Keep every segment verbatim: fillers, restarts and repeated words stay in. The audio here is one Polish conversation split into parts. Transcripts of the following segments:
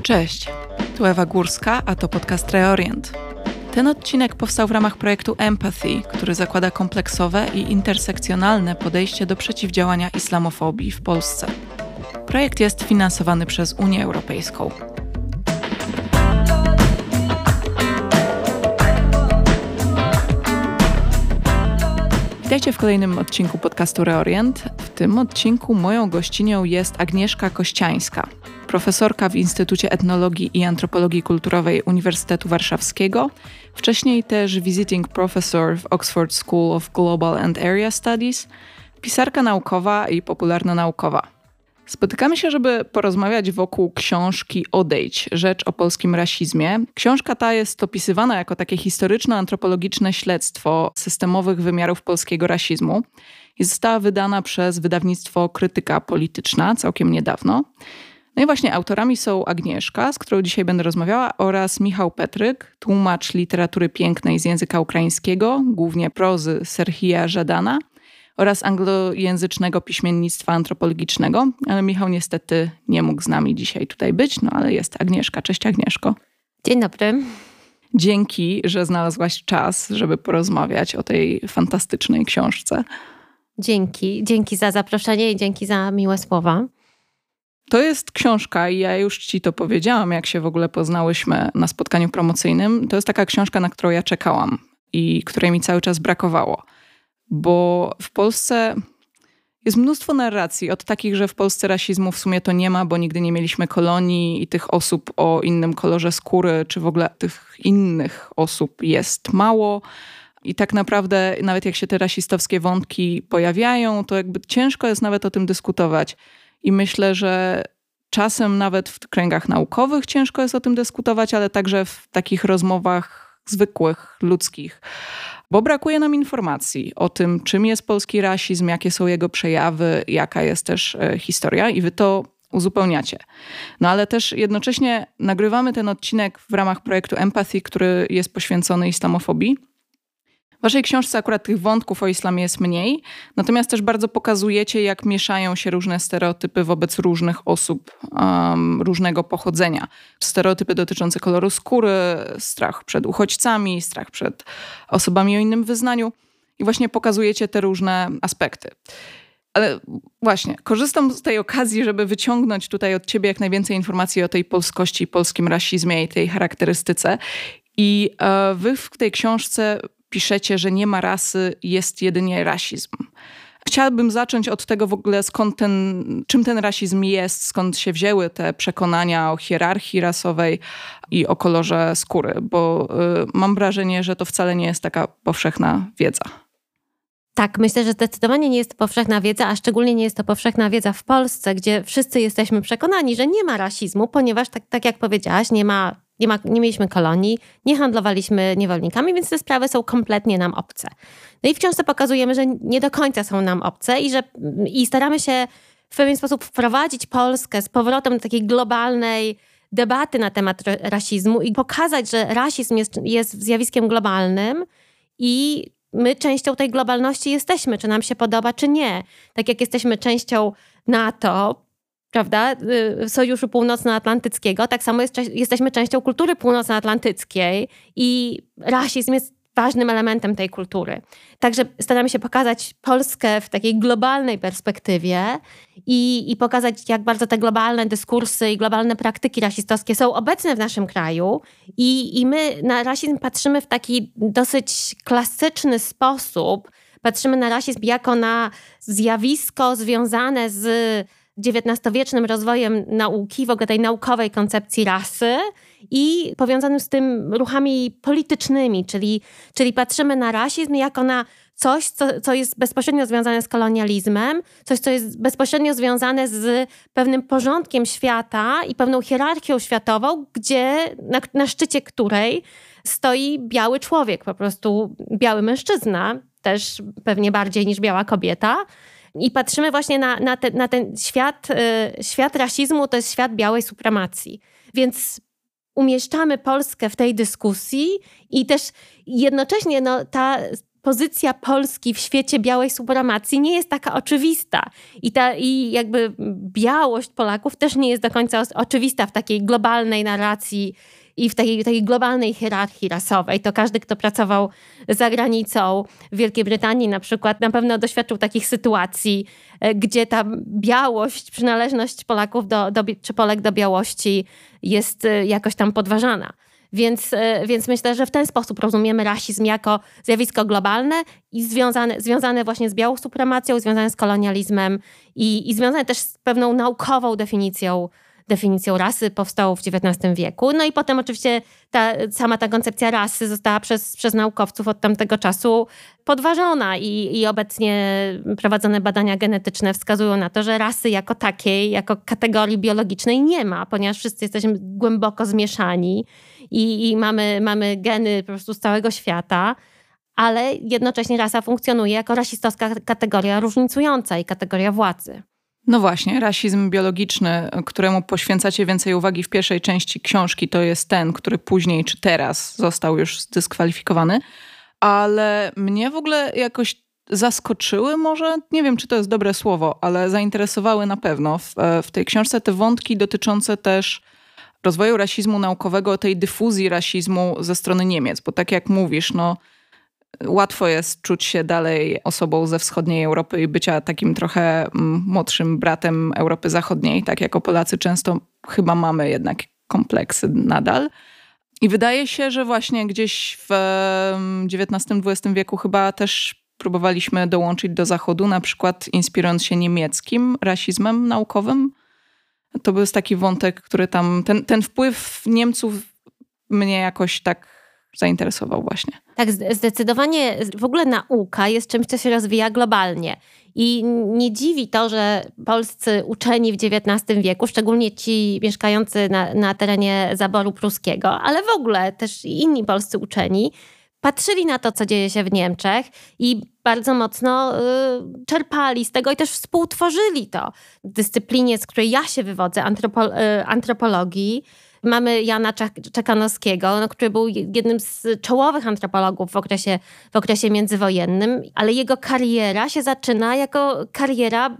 Cześć, tu Ewa Górska, a to podcast Reorient. Ten odcinek powstał w ramach projektu Empathy, który zakłada kompleksowe i intersekcjonalne podejście do przeciwdziałania islamofobii w Polsce. Projekt jest finansowany przez Unię Europejską. Witajcie w kolejnym odcinku podcastu Reorient. W tym odcinku moją gościnią jest Agnieszka Kościańska, profesorka w Instytucie Etnologii i Antropologii Kulturowej Uniwersytetu Warszawskiego, wcześniej też visiting professor w Oxford School of Global and Area Studies, pisarka naukowa i popularnonaukowa. Spotykamy się, żeby porozmawiać wokół książki Odejdź, rzecz o polskim rasizmie. Książka ta jest opisywana jako takie historyczno-antropologiczne śledztwo systemowych wymiarów polskiego rasizmu i została wydana przez wydawnictwo Krytyka Polityczna całkiem niedawno. No i właśnie autorami są Agnieszka, z którą dzisiaj będę rozmawiała, oraz Michał Petryk, tłumacz literatury pięknej z języka ukraińskiego, głównie prozy Serhija Żadana, oraz anglojęzycznego piśmiennictwa antropologicznego, ale Michał niestety nie mógł z nami dzisiaj tutaj być, no ale jest Agnieszka. Cześć Agnieszko. Dzień dobry. Dzięki, że znalazłaś czas, żeby porozmawiać o tej fantastycznej książce. Dzięki. Dzięki za zaproszenie i dzięki za miłe słowa. To jest książka i ja już ci to powiedziałam, jak się w ogóle poznałyśmy na spotkaniu promocyjnym. To jest taka książka, na którą ja czekałam i której mi cały czas brakowało. Bo w Polsce jest mnóstwo narracji, od takich, że w Polsce rasizmu w sumie to nie ma, bo nigdy nie mieliśmy kolonii i tych osób o innym kolorze skóry, czy w ogóle tych innych osób jest mało. I tak naprawdę nawet jak się te rasistowskie wątki pojawiają, to jakby ciężko jest nawet o tym dyskutować. I myślę, że czasem nawet w kręgach naukowych ciężko jest o tym dyskutować, ale także w takich rozmowach zwykłych, ludzkich. Bo brakuje nam informacji o tym, czym jest polski rasizm, jakie są jego przejawy, jaka jest też historia i wy to uzupełniacie. No ale też jednocześnie nagrywamy ten odcinek w ramach projektu Empathy, który jest poświęcony islamofobii. W waszej książce akurat tych wątków o islamie jest mniej, natomiast też bardzo pokazujecie, jak mieszają się różne stereotypy wobec różnych osób um, różnego pochodzenia. Stereotypy dotyczące koloru skóry, strach przed uchodźcami, strach przed osobami o innym wyznaniu i właśnie pokazujecie te różne aspekty. Ale właśnie, korzystam z tej okazji, żeby wyciągnąć tutaj od ciebie jak najwięcej informacji o tej polskości, polskim rasizmie i tej charakterystyce. I e, wy w tej książce piszecie, że nie ma rasy, jest jedynie rasizm. Chciałabym zacząć od tego w ogóle, skąd ten, czym ten rasizm jest, skąd się wzięły te przekonania o hierarchii rasowej i o kolorze skóry, bo y, mam wrażenie, że to wcale nie jest taka powszechna wiedza. Tak, myślę, że zdecydowanie nie jest to powszechna wiedza, a szczególnie nie jest to powszechna wiedza w Polsce, gdzie wszyscy jesteśmy przekonani, że nie ma rasizmu, ponieważ tak, tak jak powiedziałaś, nie ma Nie, ma, nie mieliśmy kolonii, nie handlowaliśmy niewolnikami, więc te sprawy są kompletnie nam obce. No i w książce pokazujemy, że nie do końca są nam obce i, że, i staramy się w pewien sposób wprowadzić Polskę z powrotem do takiej globalnej debaty na temat rasizmu i pokazać, że rasizm jest, jest zjawiskiem globalnym i my częścią tej globalności jesteśmy, czy nam się podoba, czy nie. Tak jak jesteśmy częścią NATO, prawda, Sojuszu Północnoatlantyckiego, tak samo jest, jesteśmy częścią kultury północnoatlantyckiej i rasizm jest ważnym elementem tej kultury. Także staramy się pokazać Polskę w takiej globalnej perspektywie i, i pokazać, jak bardzo te globalne dyskursy i globalne praktyki rasistowskie są obecne w naszym kraju i, i my na rasizm patrzymy w taki dosyć klasyczny sposób. Patrzymy na rasizm jako na zjawisko związane z dziewiętnastowiecznym rozwojem nauki, w ogóle tej naukowej koncepcji rasy i powiązanym z tym ruchami politycznymi, czyli, czyli patrzymy na rasizm jako na coś, co, co jest bezpośrednio związane z kolonializmem, coś, co jest bezpośrednio związane z pewnym porządkiem świata i pewną hierarchią światową, gdzie na, na szczycie której stoi biały człowiek, po prostu biały mężczyzna, też pewnie bardziej niż biała kobieta. I patrzymy właśnie na, na, te, na ten świat, y, świat rasizmu, to jest świat białej supremacji. Więc umieszczamy Polskę w tej dyskusji i też jednocześnie no, ta pozycja Polski w świecie białej supremacji nie jest taka oczywista. I, ta, i jakby białość Polaków też nie jest do końca oczywista w takiej globalnej narracji i w takiej, takiej globalnej hierarchii rasowej. To każdy, kto pracował za granicą w Wielkiej Brytanii na przykład, na pewno doświadczył takich sytuacji, gdzie ta białość, przynależność Polaków do, do, czy Polek do białości jest jakoś tam podważana. Więc, więc myślę, że w ten sposób rozumiemy rasizm jako zjawisko globalne i związane, związane właśnie z białą supremacją, związane z kolonializmem i, i związane też z pewną naukową definicją definicją rasy, powstałą w dziewiętnastym wieku. No i potem oczywiście ta, sama ta koncepcja rasy została przez, przez naukowców od tamtego czasu podważona i, i obecnie prowadzone badania genetyczne wskazują na to, że rasy jako takiej, jako kategorii biologicznej nie ma, ponieważ wszyscy jesteśmy głęboko zmieszani i, i mamy, mamy geny po prostu z całego świata, ale jednocześnie rasa funkcjonuje jako rasistowska kategoria różnicująca i kategoria władzy. No właśnie, rasizm biologiczny, któremu poświęcacie więcej uwagi w pierwszej części książki, to jest ten, który później czy teraz został już zdyskwalifikowany. Ale mnie w ogóle jakoś zaskoczyły może, nie wiem czy to jest dobre słowo, ale zainteresowały na pewno w, w tej książce te wątki dotyczące też rozwoju rasizmu naukowego, tej dyfuzji rasizmu ze strony Niemiec. Bo tak jak mówisz, no łatwo jest czuć się dalej osobą ze wschodniej Europy i bycia takim trochę młodszym bratem Europy Zachodniej. Tak jako Polacy często chyba mamy jednak kompleksy nadal. I wydaje się, że właśnie gdzieś w dziewiętnastym dwudziestym wieku chyba też próbowaliśmy dołączyć do Zachodu, na przykład inspirując się niemieckim rasizmem naukowym. To był taki wątek, który tam, ten, ten wpływ Niemców mnie jakoś tak zainteresował właśnie. Tak, zdecydowanie w ogóle nauka jest czymś, co się rozwija globalnie. I nie dziwi to, że polscy uczeni w dziewiętnastym wieku, szczególnie ci mieszkający na, na terenie zaboru pruskiego, ale w ogóle też i inni polscy uczeni, patrzyli na to, co dzieje się w Niemczech i bardzo mocno y, czerpali z tego i też współtworzyli to. W dyscyplinie, z której ja się wywodzę, antropo, y, antropologii, mamy Jana Czekanowskiego, no, który był jednym z czołowych antropologów w okresie, w okresie międzywojennym, ale jego kariera się zaczyna jako kariera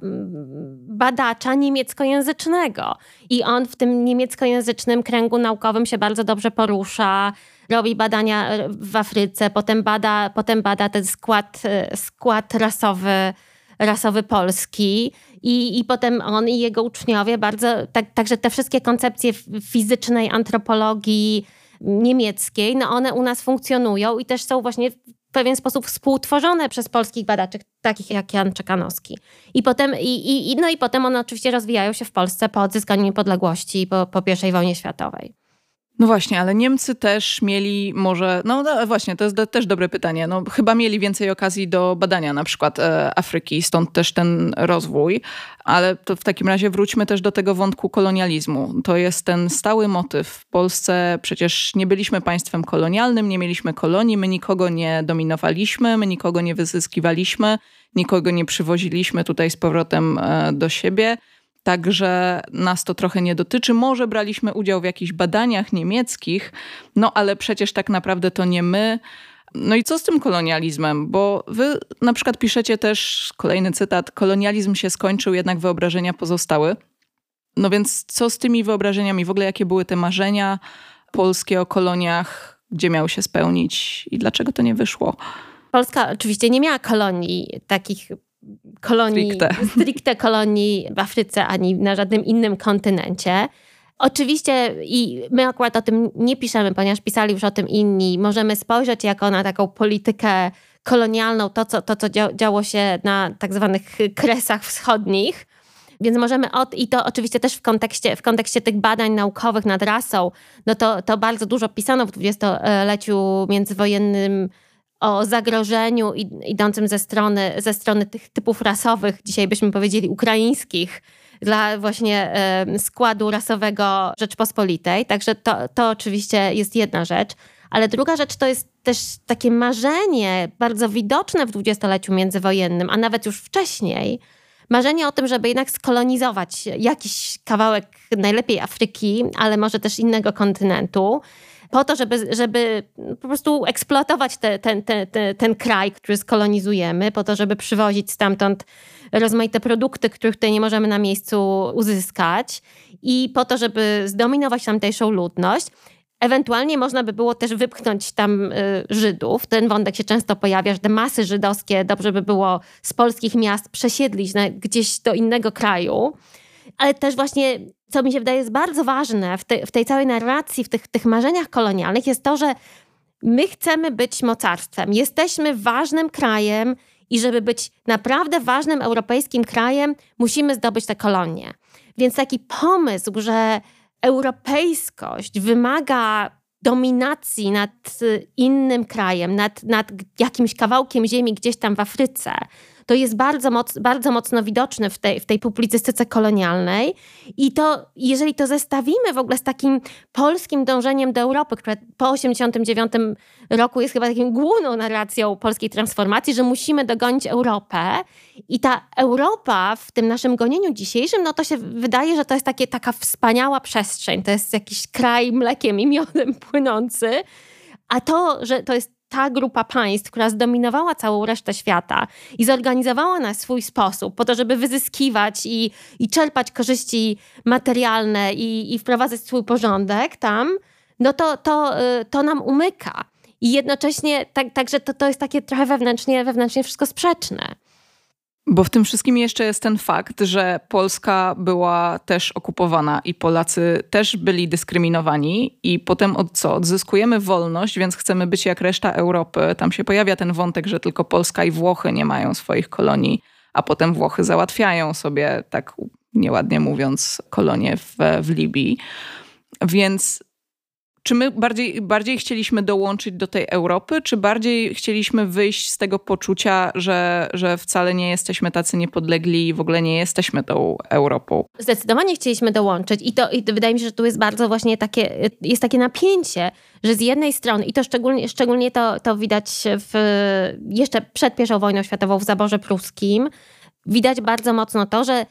badacza niemieckojęzycznego. I on w tym niemieckojęzycznym kręgu naukowym się bardzo dobrze porusza, robi badania w Afryce, potem bada, potem bada ten skład, skład rasowy rasowy Polski i, i potem on i jego uczniowie bardzo, tak, także te wszystkie koncepcje fizycznej antropologii niemieckiej, no one u nas funkcjonują i też są właśnie w pewien sposób współtworzone przez polskich badaczy, takich jak Jan Czekanowski. I potem, i, i, no i potem one oczywiście rozwijają się w Polsce po odzyskaniu niepodległości, po, po pierwszej wojnie światowej. No właśnie, ale Niemcy też mieli może, no, no właśnie, to jest do, też dobre pytanie, no chyba mieli więcej okazji do badania na przykład e, Afryki, stąd też ten rozwój, ale to w takim razie wróćmy też do tego wątku kolonializmu. To jest ten stały motyw. W Polsce przecież nie byliśmy państwem kolonialnym, nie mieliśmy kolonii, my nikogo nie dominowaliśmy, my nikogo nie wyzyskiwaliśmy, nikogo nie przywoziliśmy tutaj z powrotem e, do siebie. Także nas to trochę nie dotyczy. Może braliśmy udział w jakichś badaniach niemieckich, no ale przecież tak naprawdę to nie my. No i co z tym kolonializmem? Bo wy na przykład piszecie też, kolejny cytat, kolonializm się skończył, jednak wyobrażenia pozostały. No więc co z tymi wyobrażeniami? W ogóle jakie były te marzenia polskie o koloniach? Gdzie miały się spełnić i dlaczego to nie wyszło? Polska oczywiście nie miała kolonii takich kolonii, stricte. stricte kolonii w Afryce ani na żadnym innym kontynencie. Oczywiście i my akurat o tym nie piszemy, ponieważ pisali już o tym inni. Możemy spojrzeć jako na taką politykę kolonialną, to co, to, co działo się na tak zwanych Kresach Wschodnich. Więc możemy, od, i to oczywiście też w kontekście, w kontekście tych badań naukowych nad rasą, no to, to bardzo dużo pisano w dwudziestoleciu międzywojennym o zagrożeniu idącym ze strony, ze strony tych typów rasowych, dzisiaj byśmy powiedzieli ukraińskich, dla właśnie y, składu rasowego Rzeczpospolitej. Także to, to oczywiście jest jedna rzecz. Ale druga rzecz to jest też takie marzenie bardzo widoczne w dwudziestoleciu międzywojennym, a nawet już wcześniej. Marzenie o tym, żeby jednak skolonizować jakiś kawałek najlepiej Afryki, ale może też innego kontynentu. po to, żeby, żeby po prostu eksploatować te, ten, ten, ten, ten kraj, który skolonizujemy, po to, żeby przywozić stamtąd rozmaite produkty, których tutaj nie możemy na miejscu uzyskać i po to, żeby zdominować tamtejszą ludność. Ewentualnie można by było też wypchnąć tam y, Żydów. Ten wątek się często pojawia, że te masy żydowskie dobrze by było z polskich miast przesiedlić na, gdzieś do innego kraju. Ale też właśnie, co mi się wydaje jest bardzo ważne w, te, w tej całej narracji, w tych, tych marzeniach kolonialnych jest to, że my chcemy być mocarstwem. Jesteśmy ważnym krajem i żeby być naprawdę ważnym europejskim krajem, musimy zdobyć te kolonie. Więc taki pomysł, że europejskość wymaga dominacji nad innym krajem, nad, nad jakimś kawałkiem ziemi gdzieś tam w Afryce, to jest bardzo, moc, bardzo mocno widoczne w tej, w tej publicystyce kolonialnej. I to, jeżeli to zestawimy w ogóle z takim polskim dążeniem do Europy, które po osiemdziesiątym dziewiątym roku jest chyba taką główną narracją polskiej transformacji, że musimy dogonić Europę. I ta Europa w tym naszym gonieniu dzisiejszym, no to się wydaje, że to jest takie, taka wspaniała przestrzeń. To jest jakiś kraj mlekiem i miodem płynący. A to, że to jest ta grupa państw, która zdominowała całą resztę świata i zorganizowała na swój sposób po to, żeby wyzyskiwać i, i czerpać korzyści materialne i, i wprowadzać swój porządek tam, no to, to, to nam umyka. I jednocześnie tak, także to, to jest takie trochę wewnętrznie, wewnętrznie wszystko sprzeczne. Bo w tym wszystkim jeszcze jest ten fakt, że Polska była też okupowana i Polacy też byli dyskryminowani i potem od co? Odzyskujemy wolność, więc chcemy być jak reszta Europy. Tam się pojawia ten wątek, że tylko Polska i Włochy nie mają swoich kolonii, a potem Włochy załatwiają sobie, tak nieładnie mówiąc, kolonie w, w Libii. Więc czy my bardziej, bardziej chcieliśmy dołączyć do tej Europy, czy bardziej chcieliśmy wyjść z tego poczucia, że, że wcale nie jesteśmy tacy niepodlegli i w ogóle nie jesteśmy tą Europą? Zdecydowanie chcieliśmy dołączyć i to, i to wydaje mi się, że tu jest bardzo właśnie takie, jest takie napięcie, że z jednej strony, i to szczególnie, szczególnie to, to widać w, jeszcze przed pierwszą wojną światową w zaborze pruskim, widać bardzo mocno to, że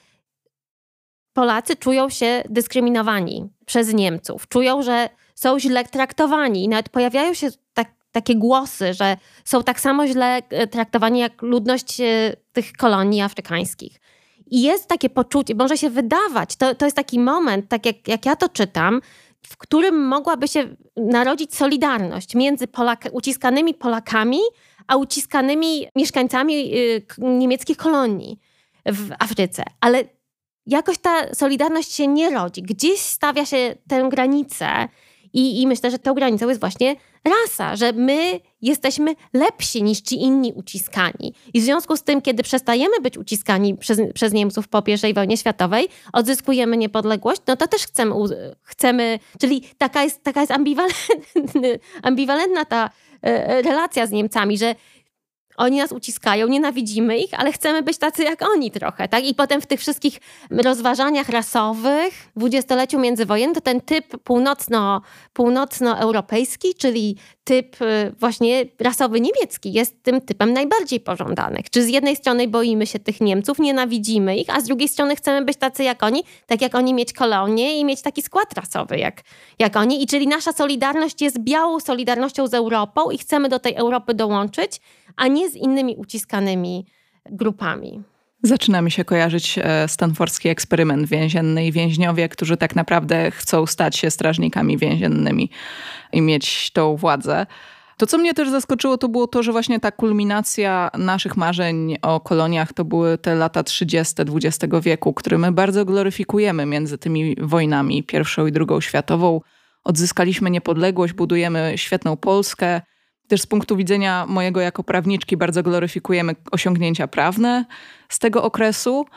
Polacy czują się dyskryminowani przez Niemców. Czują, że są źle traktowani i nawet pojawiają się tak, takie głosy, że są tak samo źle traktowani jak ludność tych kolonii afrykańskich. I jest takie poczucie, może się wydawać, to, to jest taki moment, tak jak, jak ja to czytam, w którym mogłaby się narodzić solidarność między Polak- uciskanymi Polakami, a uciskanymi mieszkańcami niemieckich kolonii w Afryce. Ale jakoś ta solidarność się nie rodzi. Gdzieś stawia się tę granicę i, i myślę, że tą granicą jest właśnie rasa, że my jesteśmy lepsi niż ci inni uciskani. I w związku z tym, kiedy przestajemy być uciskani przez, przez Niemców po pierwszej wojnie światowej, odzyskujemy niepodległość, no to też chcemy, chcemy czyli taka jest, taka jest ambiwalentny, ambiwalentna ta e, relacja z Niemcami, że oni nas uciskają, nienawidzimy ich, ale chcemy być tacy jak oni trochę, tak? I potem w tych wszystkich rozważaniach rasowych w dwudziestoleciu międzywojennym to ten typ północno, północnoeuropejski, czyli typ właśnie rasowy niemiecki jest tym typem najbardziej pożądanych. Czy z jednej strony boimy się tych Niemców, nienawidzimy ich, a z drugiej strony chcemy być tacy jak oni, tak jak oni mieć kolonię i mieć taki skład rasowy jak, jak oni. I czyli nasza solidarność jest białą solidarnością z Europą i chcemy do tej Europy dołączyć, a nie z innymi uciskanymi grupami. Zaczyna mi się kojarzyć stanfordzki eksperyment więzienny i więźniowie, którzy tak naprawdę chcą stać się strażnikami więziennymi i mieć tą władzę. To, co mnie też zaskoczyło, to było to, że właśnie ta kulminacja naszych marzeń o koloniach to były te lata trzydzieste dwudziestego wieku, które my bardzo gloryfikujemy między tymi wojnami, pierwszą i drugą światową. Odzyskaliśmy niepodległość, budujemy świetną Polskę. Też z punktu widzenia mojego jako prawniczki bardzo gloryfikujemy osiągnięcia prawne z tego okresu,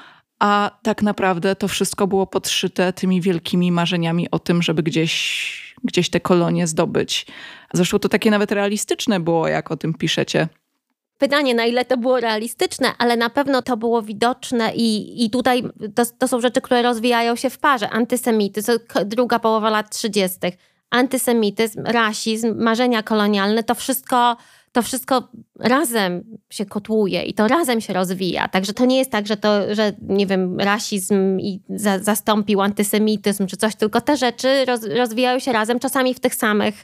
a tak naprawdę to wszystko było podszyte tymi wielkimi marzeniami o tym, żeby gdzieś, gdzieś te kolonie zdobyć. Zresztą to takie nawet realistyczne było, jak o tym piszecie. Pytanie, na ile to było realistyczne, ale na pewno to było widoczne i, i tutaj to, to są rzeczy, które rozwijają się w parze. Antysemityzm, druga połowa lat trzydziestych. Antysemityzm, rasizm, marzenia kolonialne, to wszystko, to wszystko razem się kotłuje i to razem się rozwija. Także to nie jest tak, że to, że nie wiem, rasizm i za, zastąpił antysemityzm czy coś, tylko te rzeczy roz, rozwijają się razem, czasami w tych samych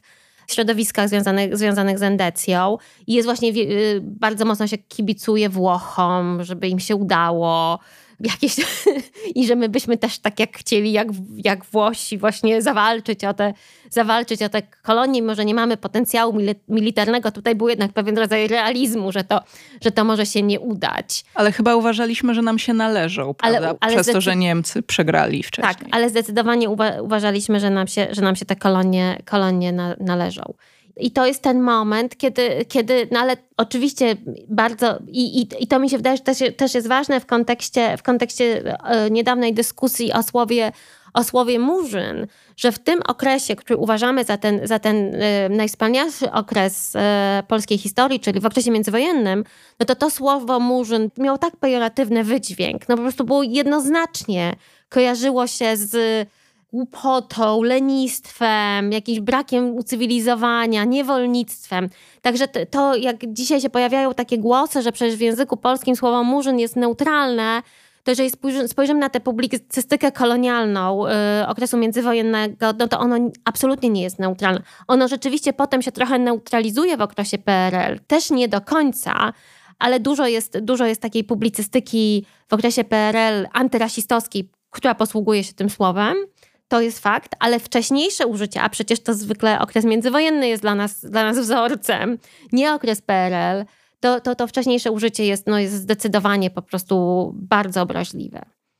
środowiskach związanych, związanych z endecją. I jest właśnie, bardzo mocno się kibicuje Włochom, żeby im się udało. Jakieś, i że my byśmy też tak jak chcieli, jak, jak Włosi właśnie zawalczyć o, te, zawalczyć o te kolonie. Może nie mamy potencjału militarnego. Tutaj był jednak pewien rodzaj realizmu, że to, że to może się nie udać. Ale chyba uważaliśmy, że nam się należą, prawda? Ale, ale Przez zdecyd- to, że Niemcy przegrali wcześniej. Tak, ale zdecydowanie uwa- uważaliśmy, że nam się, że nam się te kolonie, kolonie na, należą. I to jest ten moment, kiedy, kiedy no ale oczywiście bardzo, i, i, i to mi się wydaje, że też, też jest ważne w kontekście, w kontekście niedawnej dyskusji o słowie, o słowie murzyn, że w tym okresie, który uważamy za ten, za ten y, najwspanialszy okres y, polskiej historii, czyli w okresie międzywojennym, no to to słowo murzyn miało tak pejoratywny wydźwięk, no po prostu było jednoznacznie, kojarzyło się z głupotą, lenistwem, jakimś brakiem ucywilizowania, niewolnictwem. Także to, to, jak dzisiaj się pojawiają takie głosy, że przecież w języku polskim słowo murzyn jest neutralne, to jeżeli spojrzymy na tę publicystykę kolonialną yy, okresu międzywojennego, no to ono absolutnie nie jest neutralne. Ono rzeczywiście potem się trochę neutralizuje w okresie P R L. Też nie do końca, ale dużo jest, dużo jest takiej publicystyki w okresie P R L antyrasistowskiej, która posługuje się tym słowem. To jest fakt, ale wcześniejsze użycie, a przecież to zwykle okres międzywojenny jest dla nas, dla nas wzorcem, nie okres P R L, to, to, to wcześniejsze użycie jest, no, jest zdecydowanie po prostu bardzo obraźliwe.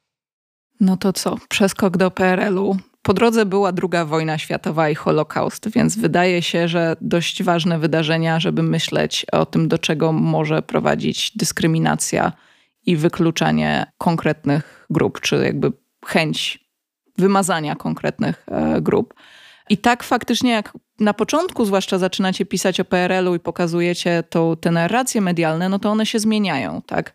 No to co? Przeskok do P R L-u. Po drodze była druga wojna światowa i Holokaust, więc wydaje się, że dość ważne wydarzenia, żeby myśleć o tym, do czego może prowadzić dyskryminacja i wykluczanie konkretnych grup, czy jakby chęć wymazania konkretnych e, grup. I tak faktycznie jak na początku zwłaszcza zaczynacie pisać o P R L-u i pokazujecie to, te narracje medialne, no to one się zmieniają, tak?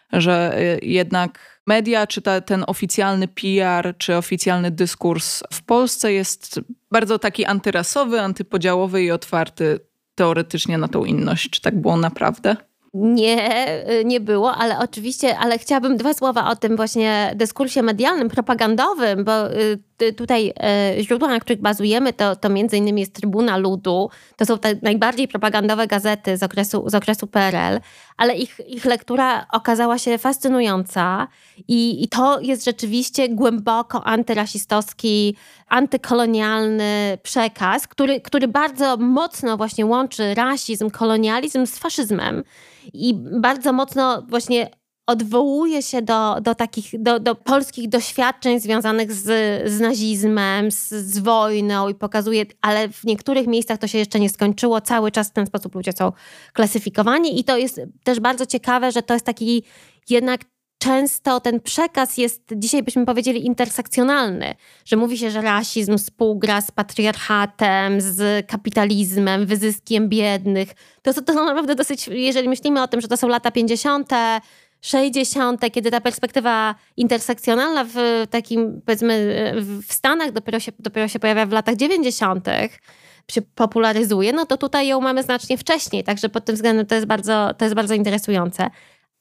Że e, jednak media, czy ta, ten oficjalny P R, czy oficjalny dyskurs w Polsce jest bardzo taki antyrasowy, antypodziałowy i otwarty teoretycznie na tą inność. Czy tak było naprawdę? Nie, nie było, ale oczywiście, ale chciałabym dwa słowa o tym właśnie dyskursie medialnym, propagandowym, bo tutaj źródła, na których bazujemy, to, to między innymi jest Trybuna Ludu, to są te najbardziej propagandowe gazety z okresu, z okresu P R L, ale ich, ich lektura okazała się fascynująca i, i to jest rzeczywiście głęboko antyrasistowski, antykolonialny przekaz, który, który bardzo mocno właśnie łączy rasizm, kolonializm z faszyzmem i bardzo mocno właśnie odwołuje się do, do takich, do, do polskich doświadczeń związanych z, z nazizmem, z, z wojną i pokazuje, ale w niektórych miejscach to się jeszcze nie skończyło. Cały czas w ten sposób ludzie są klasyfikowani i to jest też bardzo ciekawe, że to jest taki jednak często ten przekaz jest, dzisiaj byśmy powiedzieli, intersekcjonalny, że mówi się, że rasizm współgra z patriarchatem, z kapitalizmem, wyzyskiem biednych. To, to są naprawdę dosyć, jeżeli myślimy o tym, że to są lata pięćdziesiąte, sześćdziesiąte, kiedy ta perspektywa intersekcjonalna w takim, powiedzmy, w Stanach dopiero się, dopiero się pojawia w latach dziewięćdziesiątych, się popularyzuje, no to tutaj ją mamy znacznie wcześniej, także pod tym względem to jest bardzo, to jest bardzo interesujące.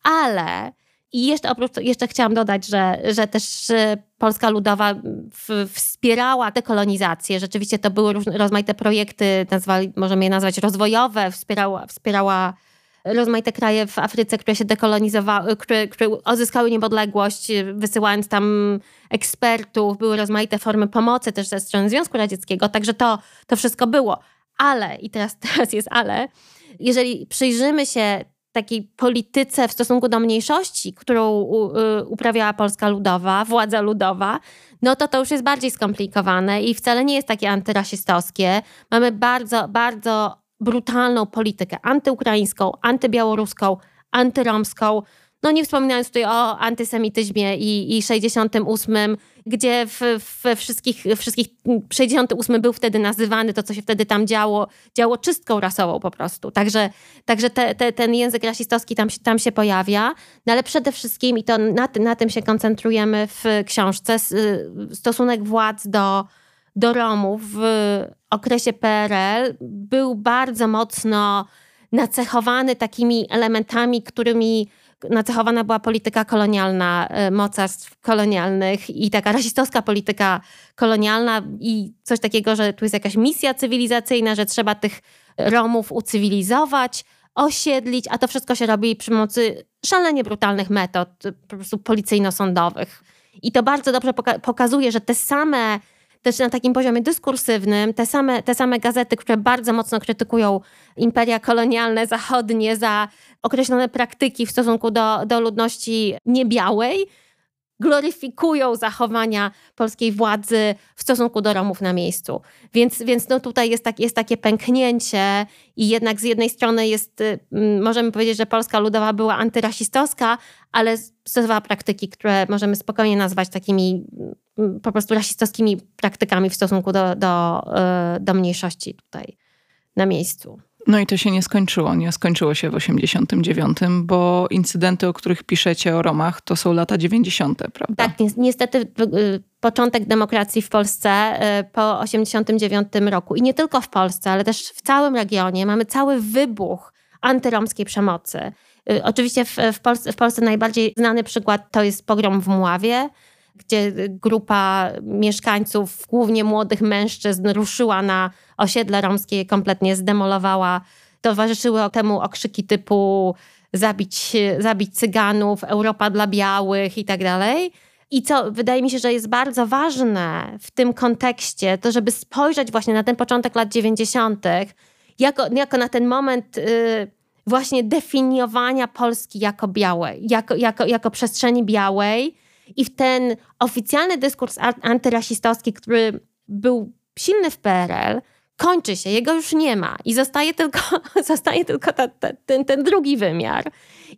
Ale i jeszcze oprócz jeszcze chciałam dodać, że, że też Polska Ludowa w, wspierała dekolonizację. Rzeczywiście to były różne, rozmaite projekty, nazwali, możemy je nazwać rozwojowe, wspierała, wspierała rozmaite kraje w Afryce, które się dekolonizowały, które, które odzyskały niepodległość, wysyłając tam ekspertów. Były rozmaite formy pomocy też ze strony Związku Radzieckiego, także to, to wszystko było. Ale, i teraz, teraz jest ale, jeżeli przyjrzymy się takiej polityce w stosunku do mniejszości, którą uprawiała Polska Ludowa, władza ludowa, no to to już jest bardziej skomplikowane i wcale nie jest takie antyrasistowskie. Mamy bardzo, bardzo brutalną politykę antyukraińską, antybiałoruską, antyromską. No nie wspominając tutaj o antysemityzmie i, i sześćdziesiątym ósmym, gdzie w, w wszystkich, wszystkich sześćdziesiąty ósmy był wtedy nazywany, to co się wtedy tam działo, działo czystką rasową po prostu. Także, także te, te, ten język rasistowski tam, tam się pojawia. No ale przede wszystkim, i to na, na tym się koncentrujemy w książce, stosunek władz do, do Romów w okresie P R L był bardzo mocno nacechowany takimi elementami, którymi nacechowana była polityka kolonialna, mocarstw kolonialnych i taka rasistowska polityka kolonialna i coś takiego, że tu jest jakaś misja cywilizacyjna, że trzeba tych Romów ucywilizować, osiedlić, a to wszystko się robi przy pomocy szalenie brutalnych metod, po prostu policyjno-sądowych. I to bardzo dobrze poka- pokazuje, że te same, też na takim poziomie dyskursywnym, te same, te same gazety, które bardzo mocno krytykują imperia kolonialne zachodnie za określone praktyki w stosunku do, do ludności niebiałej, gloryfikują zachowania polskiej władzy w stosunku do Romów na miejscu. Więc, więc no tutaj jest, tak, jest takie pęknięcie i jednak z jednej strony jest, możemy powiedzieć, że Polska Ludowa była antyrasistowska, ale stosowała praktyki, które możemy spokojnie nazwać takimi po prostu rasistowskimi praktykami w stosunku do, do, do mniejszości tutaj na miejscu. No i to się nie skończyło. Nie skończyło się w osiemdziesiątym dziewiątym, bo incydenty, o których piszecie o Romach, to są lata dziewięćdziesiąte, prawda? Tak, niestety początek demokracji w Polsce po osiemdziesiątym dziewiątym roku. I nie tylko w Polsce, ale też w całym regionie mamy cały wybuch antyromskiej przemocy. Oczywiście w, w, Polsce, w Polsce najbardziej znany przykład to jest pogrom w Mławie, gdzie grupa mieszkańców, głównie młodych mężczyzn, ruszyła na osiedle romskie, kompletnie zdemolowała. Towarzyszyły temu okrzyki typu zabić, zabić Cyganów, Europa dla białych i tak dalej. I co wydaje mi się, że jest bardzo ważne w tym kontekście, to żeby spojrzeć właśnie na ten początek lat dziewięćdziesiątych jako, jako na ten moment yy, właśnie definiowania Polski jako białej, jako, jako, jako przestrzeni białej. I w ten oficjalny dyskurs antyrasistowski, który był silny w P R L, kończy się, jego już nie ma i zostaje tylko, zostaje tylko ta, ta, ten, ten drugi wymiar.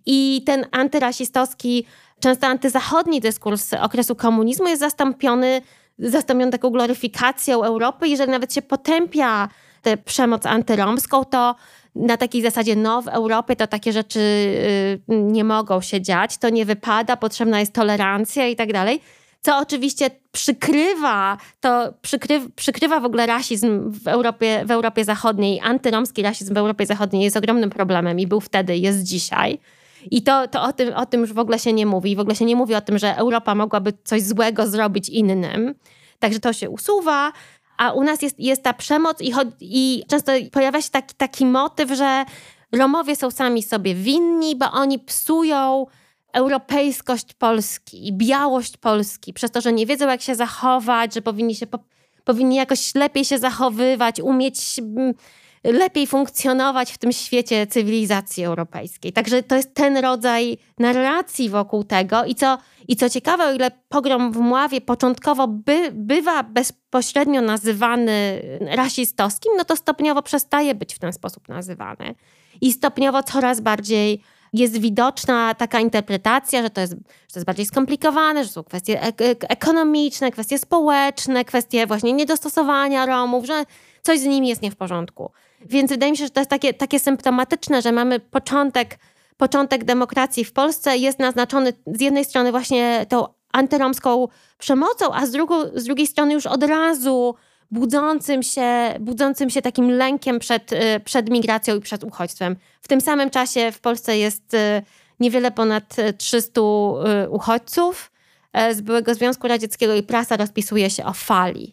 I ten antyrasistowski, często antyzachodni dyskurs okresu komunizmu jest zastąpiony, zastąpiony taką gloryfikacją Europy. Jeżeli nawet się potępia tę przemoc antyromską, to na takiej zasadzie, no w Europie to takie rzeczy y, nie mogą się dziać, to nie wypada, potrzebna jest tolerancja i tak dalej, co oczywiście przykrywa, to przykry, przykrywa w ogóle rasizm w Europie, w Europie Zachodniej. Antyromski rasizm w Europie Zachodniej jest ogromnym problemem i był wtedy, jest dzisiaj. I to, to o, tym, o tym już w ogóle się nie mówi. W ogóle się nie mówi o tym, że Europa mogłaby coś złego zrobić innym. Także to się usuwa. A u nas jest, jest ta przemoc i, i często pojawia się taki, taki motyw, że Romowie są sami sobie winni, bo oni psują europejskość Polski i białość Polski przez to, że nie wiedzą, jak się zachować, że powinni, się, powinni jakoś lepiej się zachowywać, umieć lepiej funkcjonować w tym świecie cywilizacji europejskiej. Także to jest ten rodzaj narracji wokół tego. I co, i co ciekawe, o ile pogrom w Mławie początkowo by, bywa bezpośrednio nazywany rasistowskim, no to stopniowo przestaje być w ten sposób nazywany. I stopniowo coraz bardziej jest widoczna taka interpretacja, że to jest, że to jest bardziej skomplikowane, że są kwestie ek- ekonomiczne, kwestie społeczne, kwestie właśnie niedostosowania Romów, że coś z nimi jest nie w porządku. Więc wydaje mi się, że to jest takie, takie symptomatyczne, że mamy początek, początek demokracji w Polsce, jest naznaczony z jednej strony właśnie tą antyromską przemocą, a z, drugu, z drugiej strony już od razu budzącym się, budzącym się takim lękiem przed, przed migracją i przed uchodźstwem. W tym samym czasie w Polsce jest niewiele ponad trzystu uchodźców z byłego Związku Radzieckiego i prasa rozpisuje się o fali.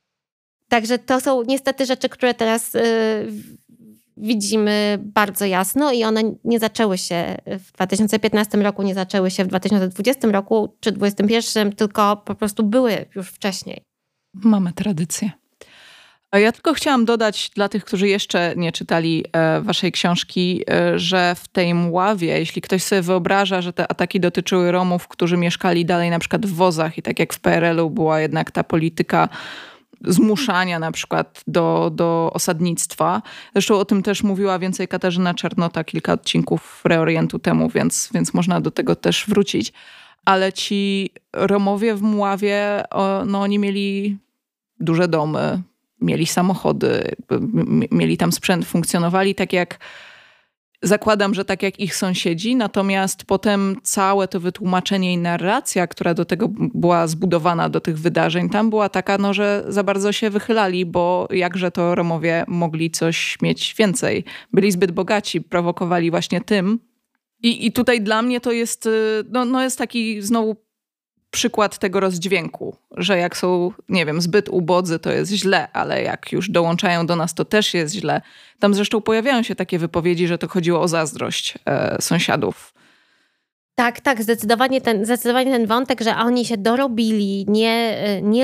Także to są niestety rzeczy, które teraz y, widzimy bardzo jasno i one nie zaczęły się w dwa tysiące piętnastym roku, nie zaczęły się w dwa tysiące dwudziestym roku czy dwudziestym pierwszym, tylko po prostu były już wcześniej. Mamy tradycję. Ja tylko chciałam dodać dla tych, którzy jeszcze nie czytali e, waszej książki, e, że w tej Mławie, jeśli ktoś sobie wyobraża, że te ataki dotyczyły Romów, którzy mieszkali dalej na przykład w wozach i tak jak w P R L-u była jednak ta polityka zmuszania na przykład do, do osadnictwa. Zresztą o tym też mówiła więcej Katarzyna Czernota kilka odcinków Reorientu temu, więc, więc można do tego też wrócić. Ale ci Romowie w Mławie, no oni mieli duże domy, mieli samochody, mieli tam sprzęt, funkcjonowali tak jak, zakładam, że tak jak ich sąsiedzi, natomiast potem całe to wytłumaczenie i narracja, która do tego była zbudowana, do tych wydarzeń, tam była taka, no, że za bardzo się wychylali, bo jakże to Romowie mogli coś mieć więcej. Byli zbyt bogaci, prowokowali właśnie tym, I, i tutaj dla mnie to jest, no, no jest taki znowu przykład tego rozdźwięku, że jak są, nie wiem, zbyt ubodzy, to jest źle, ale jak już dołączają do nas, to też jest źle. Tam zresztą pojawiają się takie wypowiedzi, że to chodziło o zazdrość e, sąsiadów. Tak, tak, zdecydowanie ten, zdecydowanie ten wątek, że oni się dorobili nie,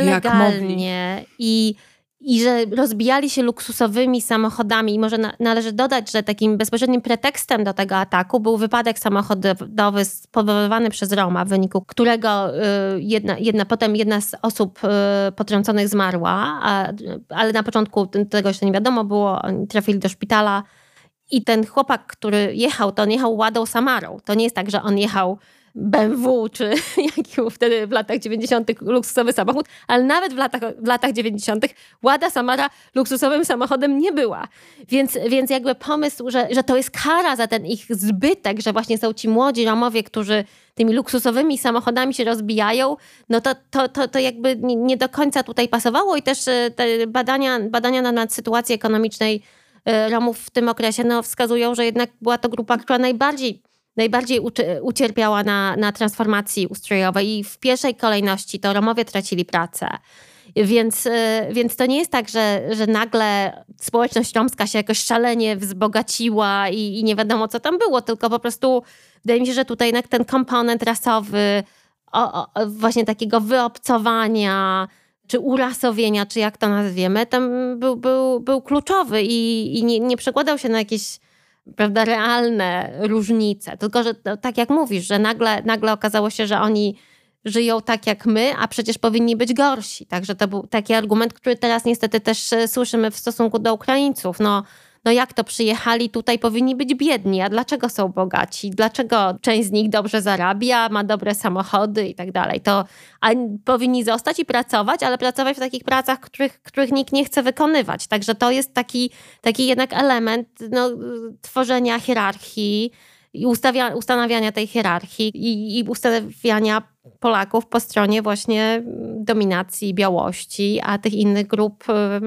nielegalnie i, i że rozbijali się luksusowymi samochodami. I może na, należy dodać, że takim bezpośrednim pretekstem do tego ataku był wypadek samochodowy spowodowany przez Roma, w wyniku którego y, jedna, jedna, potem jedna z osób y, potrąconych zmarła, a, ale na początku tego jeszcze nie wiadomo było, oni trafili do szpitala. I ten chłopak, który jechał, to on jechał Ładą Samarą. To nie jest tak, że on jechał B M W, czy jaki był wtedy w latach dziewięćdziesiątych luksusowy samochód, ale nawet w latach, w latach dziewięćdziesiątych Łada Samara luksusowym samochodem nie była. Więc, więc jakby pomysł, że, że to jest kara za ten ich zbytek, że właśnie są ci młodzi Romowie, którzy tymi luksusowymi samochodami się rozbijają, no to, to, to, to jakby nie do końca tutaj pasowało i też te badania, badania na temat sytuacji ekonomicznej Romów w tym okresie no, wskazują, że jednak była to grupa, która najbardziej, najbardziej uczy, ucierpiała na, na transformacji ustrojowej i w pierwszej kolejności to Romowie tracili pracę. Więc, więc to nie jest tak, że, że nagle społeczność romska się jakoś szalenie wzbogaciła i, i nie wiadomo, co tam było, tylko po prostu wydaje mi się, że tutaj jednak ten komponent rasowy, o, o, właśnie takiego wyobcowania, czy urasowienia, czy jak to nazwiemy, tam był, był, był kluczowy i, i nie, nie przekładał się na jakieś, prawda, realne różnice. Tylko, że to, tak jak mówisz, że nagle, nagle okazało się, że oni żyją tak jak my, a przecież powinni być gorsi. Także to był taki argument, który teraz niestety też słyszymy w stosunku do Ukraińców. No, no jak to przyjechali tutaj, powinni być biedni, a dlaczego są bogaci? Dlaczego część z nich dobrze zarabia, ma dobre samochody i tak dalej? To a powinni zostać i pracować, ale pracować w takich pracach, których, których nikt nie chce wykonywać. Także to jest taki, taki jednak element no, tworzenia hierarchii i ustawia, ustanawiania tej hierarchii i, i ustawiania Polaków po stronie właśnie dominacji białości, a tych innych grup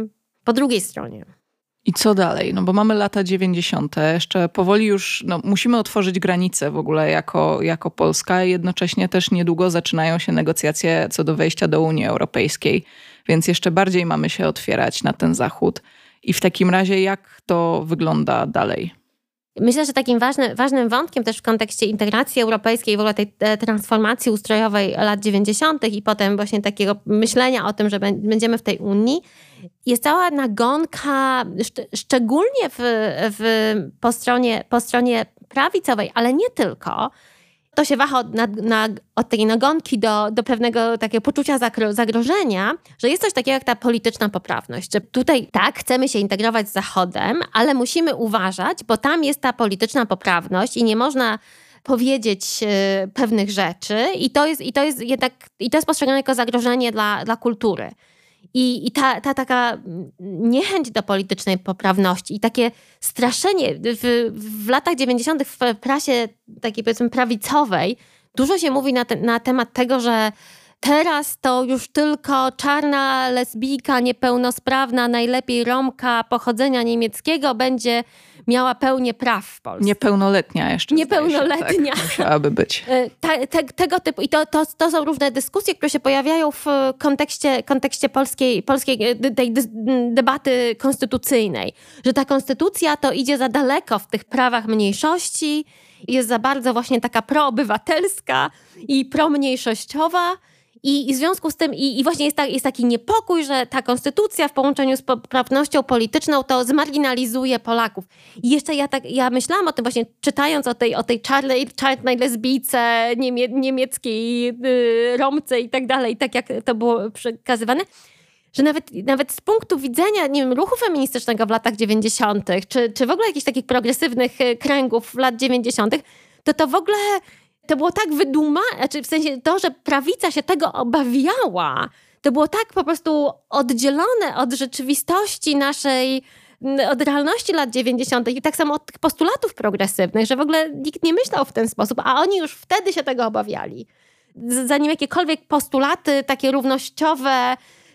po drugiej stronie. I co dalej? No bo mamy lata dziewięćdziesiąte. Jeszcze powoli już no, musimy otworzyć granice w ogóle jako, jako Polska. Jednocześnie też niedługo zaczynają się negocjacje co do wejścia do Unii Europejskiej. Więc jeszcze bardziej mamy się otwierać na ten zachód. I w takim razie jak to wygląda dalej? Myślę, że takim ważny, ważnym wątkiem też w kontekście integracji europejskiej, w ogóle tej transformacji ustrojowej lat dziewięćdziesiątych i potem właśnie takiego myślenia o tym, że będziemy w tej Unii, jest cała nagonka, szcz- szczególnie w, w, po, stronie, po stronie prawicowej, ale nie tylko. To się waha od, na, na, od tej nagonki do, do pewnego takiego poczucia zagrożenia, że jest coś takiego jak ta polityczna poprawność. Że tutaj tak, chcemy się integrować z Zachodem, ale musimy uważać, bo tam jest ta polityczna poprawność i nie można powiedzieć y, pewnych rzeczy i to jest, i to jest jednak, i to jest postrzegane jako zagrożenie dla, dla kultury. I, i ta, ta taka niechęć do politycznej poprawności i takie straszenie w, w latach dziewięćdziesiątych w prasie takiej powiedzmy prawicowej dużo się mówi na, te, na temat tego, że teraz to już tylko czarna lesbijka, niepełnosprawna, najlepiej Romka pochodzenia niemieckiego będzie miała pełnię praw w Polsce. Niepełnoletnia jeszcze. Niepełnoletnia. Się, tak, musiałaby być. Te, te, tego typu. I to, to, to są różne dyskusje, które się pojawiają w kontekście, kontekście polskiej, polskiej tej debaty konstytucyjnej. Że ta konstytucja to idzie za daleko w tych prawach mniejszości, jest za bardzo właśnie taka proobywatelska i promniejszościowa. I, I w związku z tym, i, i właśnie jest, ta, jest taki niepokój, że ta konstytucja w połączeniu z poprawnością polityczną to zmarginalizuje Polaków. I jeszcze ja tak, ja myślałam o tym właśnie, czytając o tej, o tej czarnej, czarnej lesbijce, niemie, niemieckiej yy, Romce i tak dalej, tak jak to było przekazywane, że nawet, nawet z punktu widzenia, nie wiem, ruchu feministycznego w latach dziewięćdziesiątych, czy, czy w ogóle jakichś takich progresywnych kręgów lat dziewięćdziesiątych, to to w ogóle... To było tak wydumane, znaczy w sensie to, że prawica się tego obawiała, to było tak po prostu oddzielone od rzeczywistości naszej, od realności lat dziewięćdziesiątych i tak samo od tych postulatów progresywnych, że w ogóle nikt nie myślał w ten sposób, a oni już wtedy się tego obawiali. Zanim jakiekolwiek postulaty takie równościowe,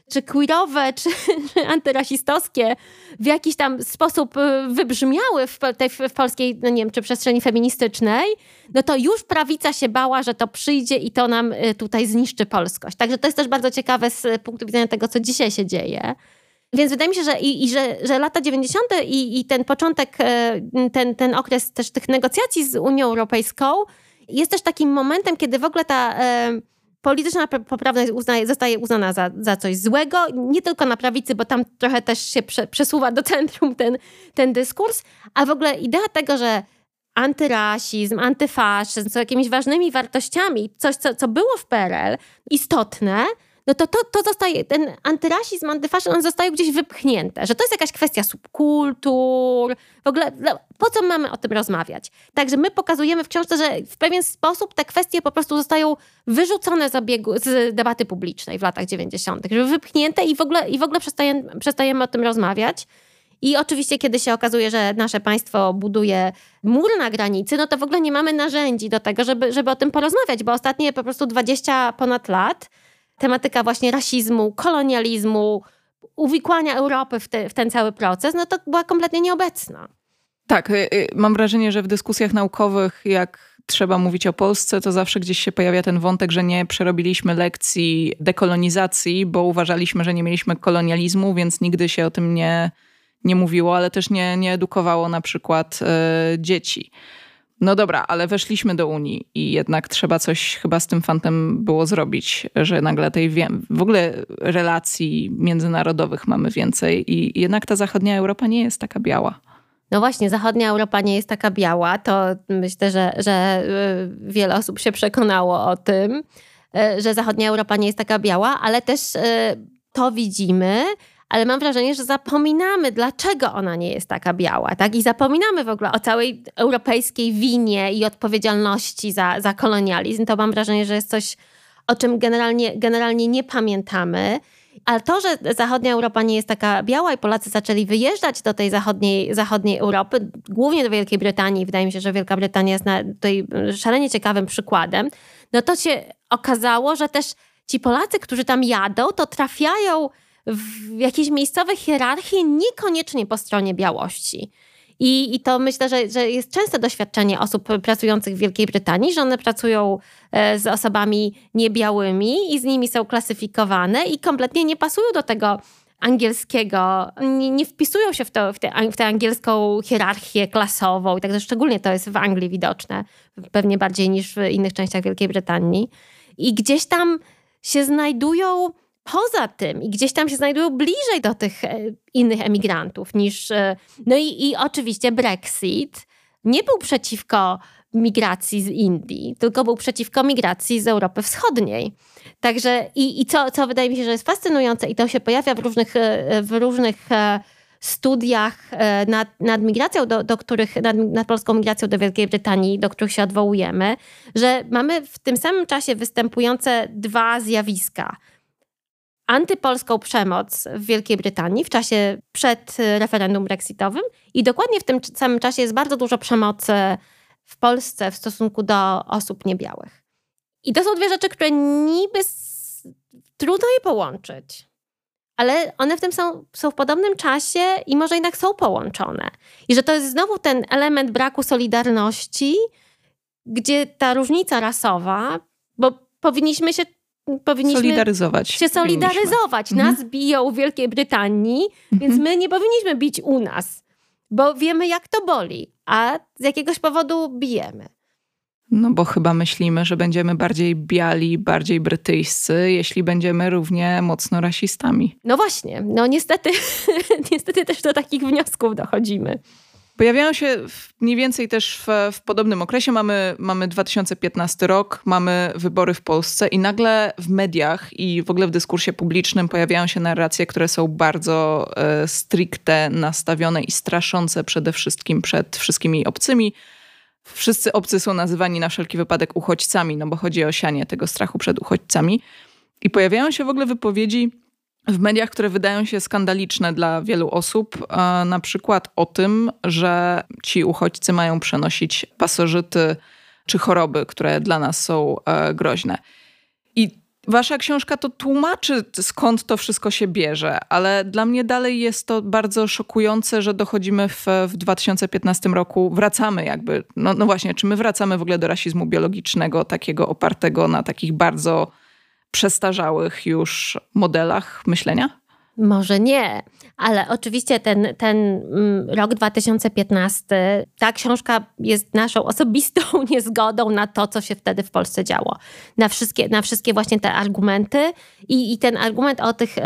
czy queerowe, czy, czy antyrasistowskie w jakiś tam sposób wybrzmiały w, tej, w polskiej, no nie wiem, czy przestrzeni feministycznej, no to już prawica się bała, że to przyjdzie i to nam tutaj zniszczy polskość. Także to jest też bardzo ciekawe z punktu widzenia tego, co dzisiaj się dzieje. Więc wydaje mi się, że, i, i że, że lata dziewięćdziesiąte i, i ten początek, ten, ten okres też tych negocjacji z Unią Europejską jest też takim momentem, kiedy w ogóle ta e, polityczna poprawność uznaje, zostaje uznana za, za coś złego. Nie tylko na prawicy, bo tam trochę też się prze, przesuwa do centrum ten, ten dyskurs, a w ogóle idea tego, że antyrasizm, antyfaszyzm są jakimiś ważnymi wartościami, coś, co, co było w P R L, istotne, no to, to to zostaje, ten antyrasizm, antyfaszyzm, on zostaje gdzieś wypchnięte, że to jest jakaś kwestia subkultur, w ogóle po co mamy o tym rozmawiać? Także my pokazujemy w książce, że w pewien sposób te kwestie po prostu zostają wyrzucone z, obiegu, z debaty publicznej w latach dziewięćdziesiątych, żeby wypchnięte i w ogóle, i w ogóle przestajemy, przestajemy o tym rozmawiać. I oczywiście, kiedy się okazuje, że nasze państwo buduje mur na granicy, no to w ogóle nie mamy narzędzi do tego, żeby, żeby o tym porozmawiać, bo ostatnie po prostu dwadzieścia ponad lat tematyka właśnie rasizmu, kolonializmu, uwikłania Europy w, te, w ten cały proces, no to była kompletnie nieobecna. Tak, mam wrażenie, że w dyskusjach naukowych, jak trzeba mówić o Polsce, to zawsze gdzieś się pojawia ten wątek, że nie przerobiliśmy lekcji dekolonizacji, bo uważaliśmy, że nie mieliśmy kolonializmu, więc nigdy się o tym nie, nie mówiło, ale też nie, nie edukowało na przykład y, dzieci. No dobra, ale weszliśmy do Unii i jednak trzeba coś chyba z tym fantem było zrobić, że nagle tej w ogóle relacji międzynarodowych mamy więcej i jednak ta zachodnia Europa nie jest taka biała. No właśnie, zachodnia Europa nie jest taka biała, to myślę, że, że wiele osób się przekonało o tym, że zachodnia Europa nie jest taka biała, ale też to widzimy, ale mam wrażenie, że zapominamy, dlaczego ona nie jest taka biała, tak? I zapominamy w ogóle o całej europejskiej winie i odpowiedzialności za, za kolonializm. To mam wrażenie, że jest coś, o czym generalnie, generalnie nie pamiętamy. Ale to, że zachodnia Europa nie jest taka biała i Polacy zaczęli wyjeżdżać do tej zachodniej, zachodniej Europy, głównie do Wielkiej Brytanii, wydaje mi się, że Wielka Brytania jest na, tutaj szalenie ciekawym przykładem, no to się okazało, że też ci Polacy, którzy tam jadą, to trafiają w jakieś miejscowe hierarchie niekoniecznie po stronie białości. I, i to myślę, że, że jest częste doświadczenie osób pracujących w Wielkiej Brytanii, że one pracują z osobami niebiałymi i z nimi są klasyfikowane i kompletnie nie pasują do tego angielskiego, nie, nie wpisują się w, to, w, tę, w tę angielską hierarchię klasową i tak, szczególnie to jest w Anglii widoczne, pewnie bardziej niż w innych częściach Wielkiej Brytanii. I gdzieś tam się znajdują poza tym i gdzieś tam się znajdują bliżej do tych innych emigrantów niż... No i, i oczywiście Brexit nie był przeciwko migracji z Indii, tylko był przeciwko migracji z Europy Wschodniej. Także i, i co, co wydaje mi się, że jest fascynujące i to się pojawia w różnych, w różnych studiach nad, nad migracją, do, do których, nad, nad polską migracją do Wielkiej Brytanii, do których się odwołujemy, że mamy w tym samym czasie występujące dwa zjawiska. Antypolską przemoc w Wielkiej Brytanii w czasie przed referendum brexitowym i dokładnie w tym samym czasie jest bardzo dużo przemocy w Polsce w stosunku do osób niebiałych. I to są dwie rzeczy, które niby s- trudno je połączyć, ale one w tym są, są w podobnym czasie i może jednak są połączone. I że to jest znowu ten element braku solidarności, gdzie ta różnica rasowa, bo powinniśmy się Powinniśmy solidaryzować. się solidaryzować. Nas mhm. biją w Wielkiej Brytanii, mhm. więc my nie powinniśmy bić u nas, bo wiemy, jak to boli, a z jakiegoś powodu bijemy. No bo chyba myślimy, że będziemy bardziej biali, bardziej brytyjscy, jeśli będziemy równie mocno rasistami. No właśnie, no niestety, niestety też do takich wniosków dochodzimy. Pojawiają się mniej więcej też w, w podobnym okresie. Mamy, mamy dwa tysiące piętnasty rok, mamy wybory w Polsce i nagle w mediach i w ogóle w dyskursie publicznym pojawiają się narracje, które są bardzo e, stricte nastawione i straszące przede wszystkim przed wszystkimi obcymi. Wszyscy obcy są nazywani na wszelki wypadek uchodźcami, no bo chodzi o sianie tego strachu przed uchodźcami. I pojawiają się w ogóle wypowiedzi w mediach, które wydają się skandaliczne dla wielu osób, na przykład o tym, że ci uchodźcy mają przenosić pasożyty czy choroby, które dla nas są groźne. I Wasza książka to tłumaczy, skąd to wszystko się bierze, ale dla mnie dalej jest to bardzo szokujące, że dochodzimy w, w dwa tysiące piętnastym roku, wracamy jakby, no, no właśnie, czy my wracamy w ogóle do rasizmu biologicznego, takiego opartego na takich bardzo przestarzałych już modelach myślenia? Może nie, ale oczywiście ten, ten rok dwa tysiące piętnasty, ta książka jest naszą osobistą niezgodą na to, co się wtedy w Polsce działo. Na wszystkie, na wszystkie właśnie te argumenty i, i ten argument o, tych,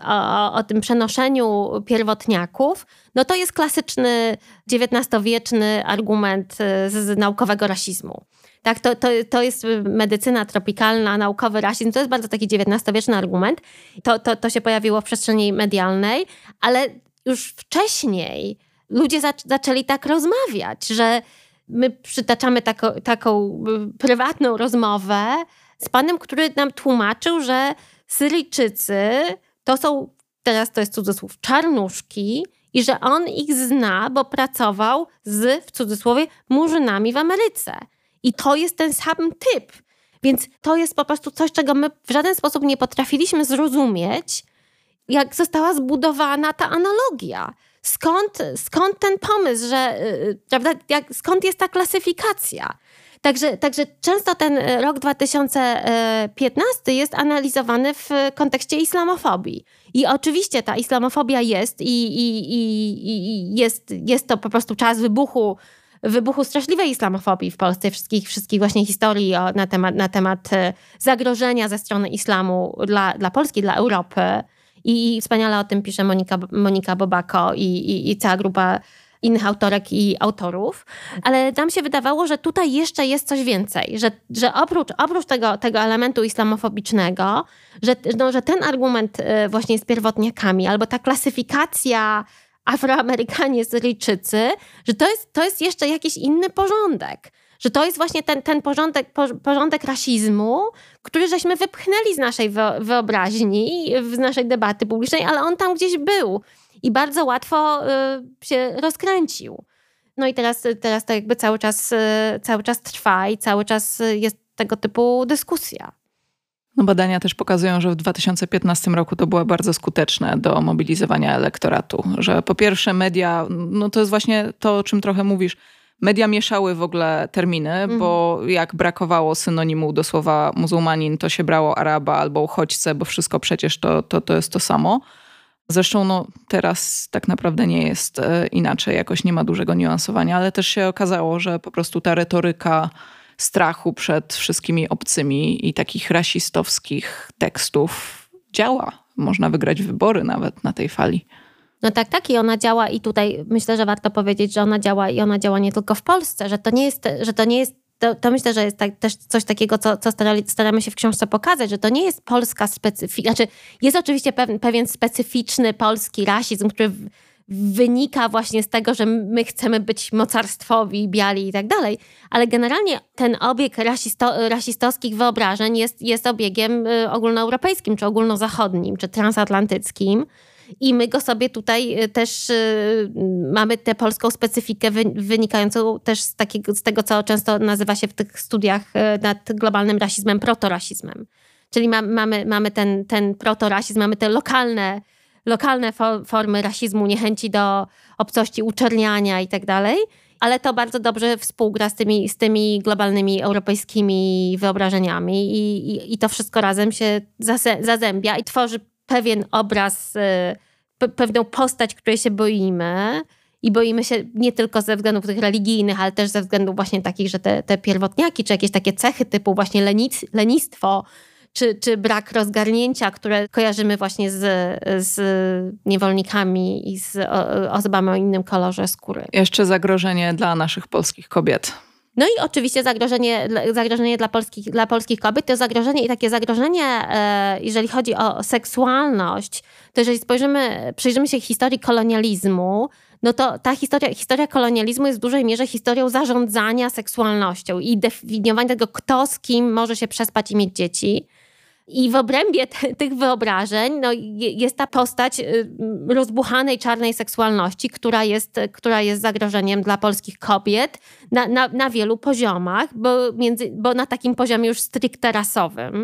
o, o tym przenoszeniu pierwotniaków, no to jest klasyczny dziewiętnastowieczny argument z, z naukowego rasizmu. Tak, to, to, to jest medycyna tropikalna, naukowy rasizm. To jest bardzo taki dziewiętnastowieczny argument. To, to, to się pojawiło w przestrzeni medialnej, ale już wcześniej ludzie zac- zaczęli tak rozmawiać, że my przytaczamy tako, taką prywatną rozmowę z panem, który nam tłumaczył, że Syryjczycy to są, teraz to jest cudzysłów, czarnuszki i że on ich zna, bo pracował z, w cudzysłowie, murzynami w Ameryce. I to jest ten sam typ. Więc to jest po prostu coś, czego my w żaden sposób nie potrafiliśmy zrozumieć, jak została zbudowana ta analogia. Skąd, skąd ten pomysł, że, prawda, jak, skąd jest ta klasyfikacja? Także, także często ten rok dwa tysiące piętnasty jest analizowany w kontekście islamofobii. I oczywiście ta islamofobia jest i, i, i, i jest, jest to po prostu czas wybuchu wybuchu straszliwej islamofobii w Polsce, wszystkich, wszystkich właśnie historii o, na, temat, na temat zagrożenia ze strony islamu dla, dla Polski, dla Europy. I, i wspaniale o tym pisze Monika, Monika Bobako i, i, i cała grupa innych autorek i autorów. Ale nam się wydawało, że tutaj jeszcze jest coś więcej, że, że oprócz, oprócz tego, tego elementu islamofobicznego, że, no, że ten argument właśnie z pierwotniakami albo ta klasyfikacja Afroamerykanie, Syryjczycy, że to jest, to jest jeszcze jakiś inny porządek. Że to jest właśnie ten, ten porządek, porządek rasizmu, który żeśmy wypchnęli z naszej wyobraźni, z naszej debaty publicznej, ale on tam gdzieś był i bardzo łatwo y, się rozkręcił. No i teraz, teraz to jakby cały czas, y, cały czas trwa i cały czas jest tego typu dyskusja. No badania też pokazują, że w dwa tysiące piętnastym roku to było bardzo skuteczne do mobilizowania elektoratu. Że po pierwsze media, no to jest właśnie to, o czym trochę mówisz, media mieszały w ogóle terminy, mhm. bo jak brakowało synonimu do słowa muzułmanin, to się brało Araba albo uchodźcę, bo wszystko przecież to, to, to jest to samo. Zresztą no, teraz tak naprawdę nie jest inaczej, jakoś nie ma dużego niuansowania, ale też się okazało, że po prostu ta retoryka strachu przed wszystkimi obcymi i takich rasistowskich tekstów działa. Można wygrać wybory nawet na tej fali. No tak, tak i ona działa i tutaj myślę, że warto powiedzieć, że ona działa i ona działa nie tylko w Polsce, że to nie jest, że to nie jest To, to myślę, że jest tak, też coś takiego, co, co starali, staramy się w książce pokazać, że to nie jest polska specyfika. Znaczy, jest oczywiście pewien, pewien specyficzny polski rasizm, który w, wynika właśnie z tego, że my chcemy być mocarstwowi, biali i tak dalej, ale generalnie ten obieg rasisto, rasistowskich wyobrażeń jest, jest obiegiem ogólnoeuropejskim, czy ogólnozachodnim, czy transatlantyckim. I my go sobie tutaj też y, mamy tę polską specyfikę wy, wynikającą też z, takiego, z tego, co często nazywa się w tych studiach y, nad globalnym rasizmem, protorasizmem. Czyli ma, mamy, mamy ten, ten protorasizm, mamy te lokalne, lokalne fo, formy rasizmu, niechęci do obcości, uczerniania i tak dalej, ale to bardzo dobrze współgra z tymi, z tymi globalnymi europejskimi wyobrażeniami i, i, i to wszystko razem się zase, zazębia i tworzy pewien obraz, pe- pewną postać, której się boimy i boimy się nie tylko ze względów tych religijnych, ale też ze względów właśnie takich, że te, te pierwotniaki, czy jakieś takie cechy typu właśnie lenic, lenistwo, czy, czy brak rozgarnięcia, które kojarzymy właśnie z, z niewolnikami i z osobami o innym kolorze skóry. Jeszcze zagrożenie dla naszych polskich kobiet. No i oczywiście zagrożenie, zagrożenie dla, polskich, dla polskich kobiet to zagrożenie i takie zagrożenie, e, jeżeli chodzi o seksualność, to jeżeli spojrzymy, przyjrzymy się historii kolonializmu, no to ta historia, historia kolonializmu jest w dużej mierze historią zarządzania seksualnością i definiowania tego, kto z kim może się przespać i mieć dzieci. I w obrębie te, tych wyobrażeń no, jest ta postać rozbuchanej czarnej seksualności, która jest, która jest zagrożeniem dla polskich kobiet na, na, na wielu poziomach, bo, między, bo na takim poziomie już stricte rasowym.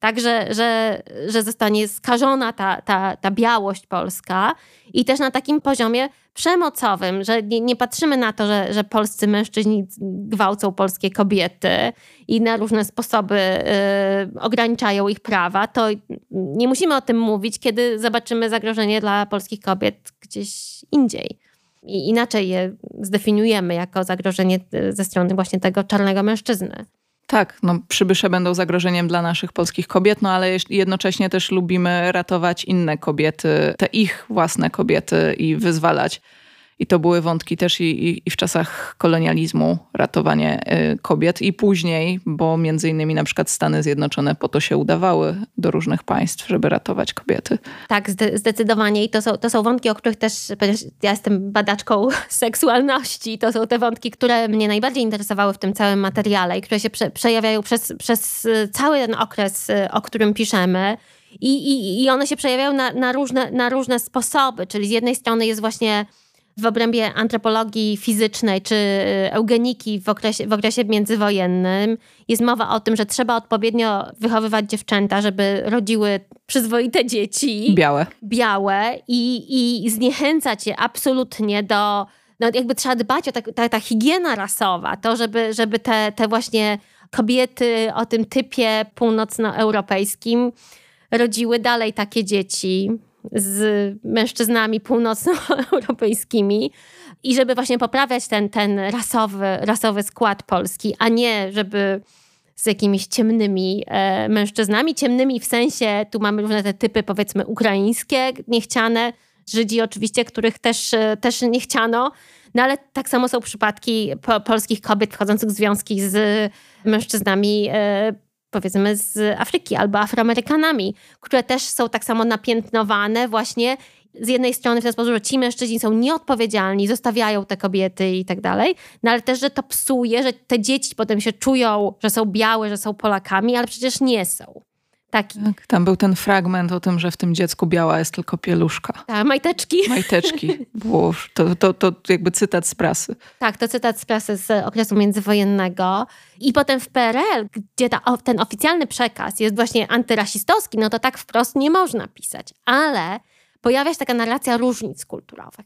tak, że, że, że zostanie skażona ta, ta, ta białość polska i też na takim poziomie przemocowym, że nie, nie patrzymy na to, że, że polscy mężczyźni gwałcą polskie kobiety i na różne sposoby y, ograniczają ich prawa, to nie musimy o tym mówić, kiedy zobaczymy zagrożenie dla polskich kobiet gdzieś indziej. I inaczej je zdefiniujemy jako zagrożenie ze strony właśnie tego czarnego mężczyzny. Tak, no przybysze będą zagrożeniem dla naszych polskich kobiet, no ale jednocześnie też lubimy ratować inne kobiety, te ich własne kobiety i wyzwalać. I to były wątki też i, i, i w czasach kolonializmu, ratowanie y, kobiet i później, bo między innymi na przykład Stany Zjednoczone po to się udawały do różnych państw, żeby ratować kobiety. Tak, zde- zdecydowanie i to są, to są wątki, o których też, ja jestem badaczką seksualności, to są te wątki, które mnie najbardziej interesowały w tym całym materiale i które się prze- przejawiają przez, przez cały ten okres, o którym piszemy. I, i, i one się przejawiają na, na, różne, na różne sposoby, czyli z jednej strony jest właśnie w obrębie antropologii fizycznej czy eugeniki w okresie, w okresie międzywojennym jest mowa o tym, że trzeba odpowiednio wychowywać dziewczęta, żeby rodziły przyzwoite dzieci. Białe. Białe i, i zniechęcać je absolutnie do... No jakby trzeba dbać o ta, ta, ta higiena rasowa, to żeby, żeby te, te właśnie kobiety o tym typie północnoeuropejskim rodziły dalej takie dzieci z mężczyznami północnoeuropejskimi i żeby właśnie poprawiać ten, ten rasowy, rasowy skład Polski, a nie żeby z jakimiś ciemnymi e, mężczyznami. Ciemnymi w sensie, tu mamy różne te typy powiedzmy ukraińskie, niechciane, Żydzi oczywiście, których też, e, też nie chciano, no ale tak samo są przypadki po, polskich kobiet wchodzących w związki z mężczyznami e, powiedzmy z Afryki albo Afroamerykanami, które też są tak samo napiętnowane właśnie z jednej strony w ten sposób, że ci mężczyźni są nieodpowiedzialni, zostawiają te kobiety i tak dalej, no ale też, że to psuje, że te dzieci potem się czują, że są białe, że są Polakami, ale przecież nie są. Taki. Tak, tam był ten fragment o tym, że w tym dziecku biała jest tylko pieluszka. Tak, majteczki. Majteczki. Było, to, to, to jakby cytat z prasy. Tak, to cytat z prasy z okresu międzywojennego. I potem w P R L, gdzie ta, ten oficjalny przekaz jest właśnie antyrasistowski, no to tak wprost nie można pisać. Ale pojawia się taka narracja różnic kulturowych.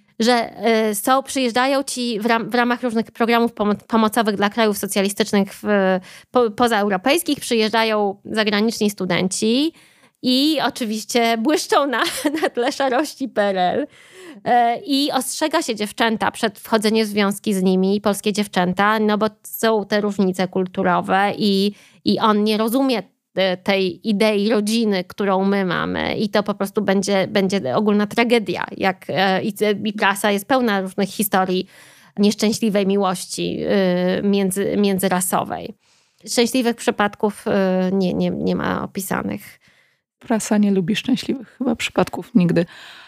Że y, są, przyjeżdżają ci w, ram, w ramach różnych programów pomo- pomocowych dla krajów socjalistycznych w, po, pozaeuropejskich, przyjeżdżają zagraniczni studenci i oczywiście błyszczą na, na tle szarości P R L. Y, I ostrzega się dziewczęta przed wchodzeniem w związki z nimi, polskie dziewczęta, no bo są te różnice kulturowe i, i on nie rozumie tej idei rodziny, którą my mamy i to po prostu będzie, będzie ogólna tragedia. Jak, i, I prasa jest pełna różnych historii nieszczęśliwej miłości między, międzyrasowej. Szczęśliwych przypadków nie, nie, nie ma opisanych. Prasa nie lubi szczęśliwych chyba przypadków nigdy.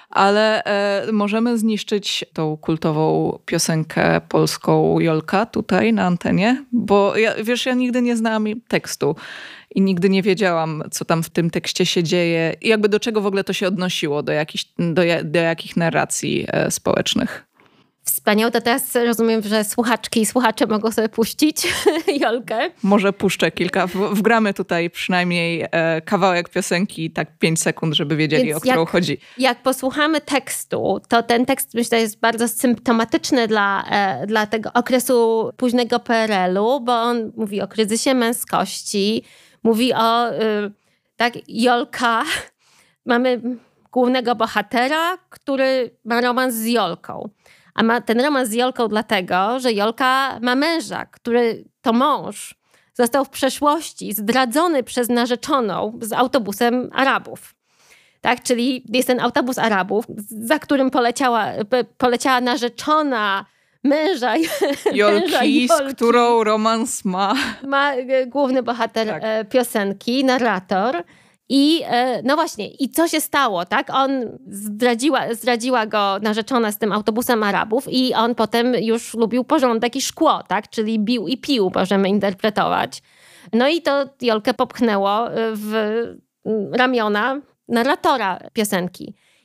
Ale e, możemy zniszczyć tą kultową piosenkę polską Jolka tutaj na antenie, bo ja, wiesz, ja nigdy nie znałam tekstu i nigdy nie wiedziałam, co tam w tym tekście się dzieje i jakby do czego w ogóle to się odnosiło, do, jakich, do, do jakich narracji e, społecznych. Wspaniałe, to teraz rozumiem, że słuchaczki i słuchacze mogą sobie puścić Jolkę. Może puszczę kilka, w, wgramy tutaj przynajmniej e, kawałek piosenki, tak pięć sekund, żeby wiedzieli, Więc o którą jak, chodzi. Jak posłuchamy tekstu, to ten tekst myślę jest bardzo symptomatyczny dla, e, dla tego okresu późnego P R L-u, bo on mówi o kryzysie męskości, mówi o, y, tak, Jolka, mamy głównego bohatera, który ma romans z Jolką. A ma ten romans z Jolką dlatego, że Jolka ma męża, który to mąż został w przeszłości zdradzony przez narzeczoną z autobusem Arabów. Tak, czyli jest ten autobus Arabów, za którym poleciała, poleciała narzeczona męża Jolki, męża Jolki, z którą romans ma. Ma główny bohater tak. piosenki, narrator. I no właśnie, i co się stało, tak? On zdradziła, zdradziła go narzeczona z tym autobusem Arabów i on potem już lubił porządek i szkło, tak? Czyli bił i pił, możemy interpretować. No i to Jolkę popchnęło w ramiona narratora piosenki.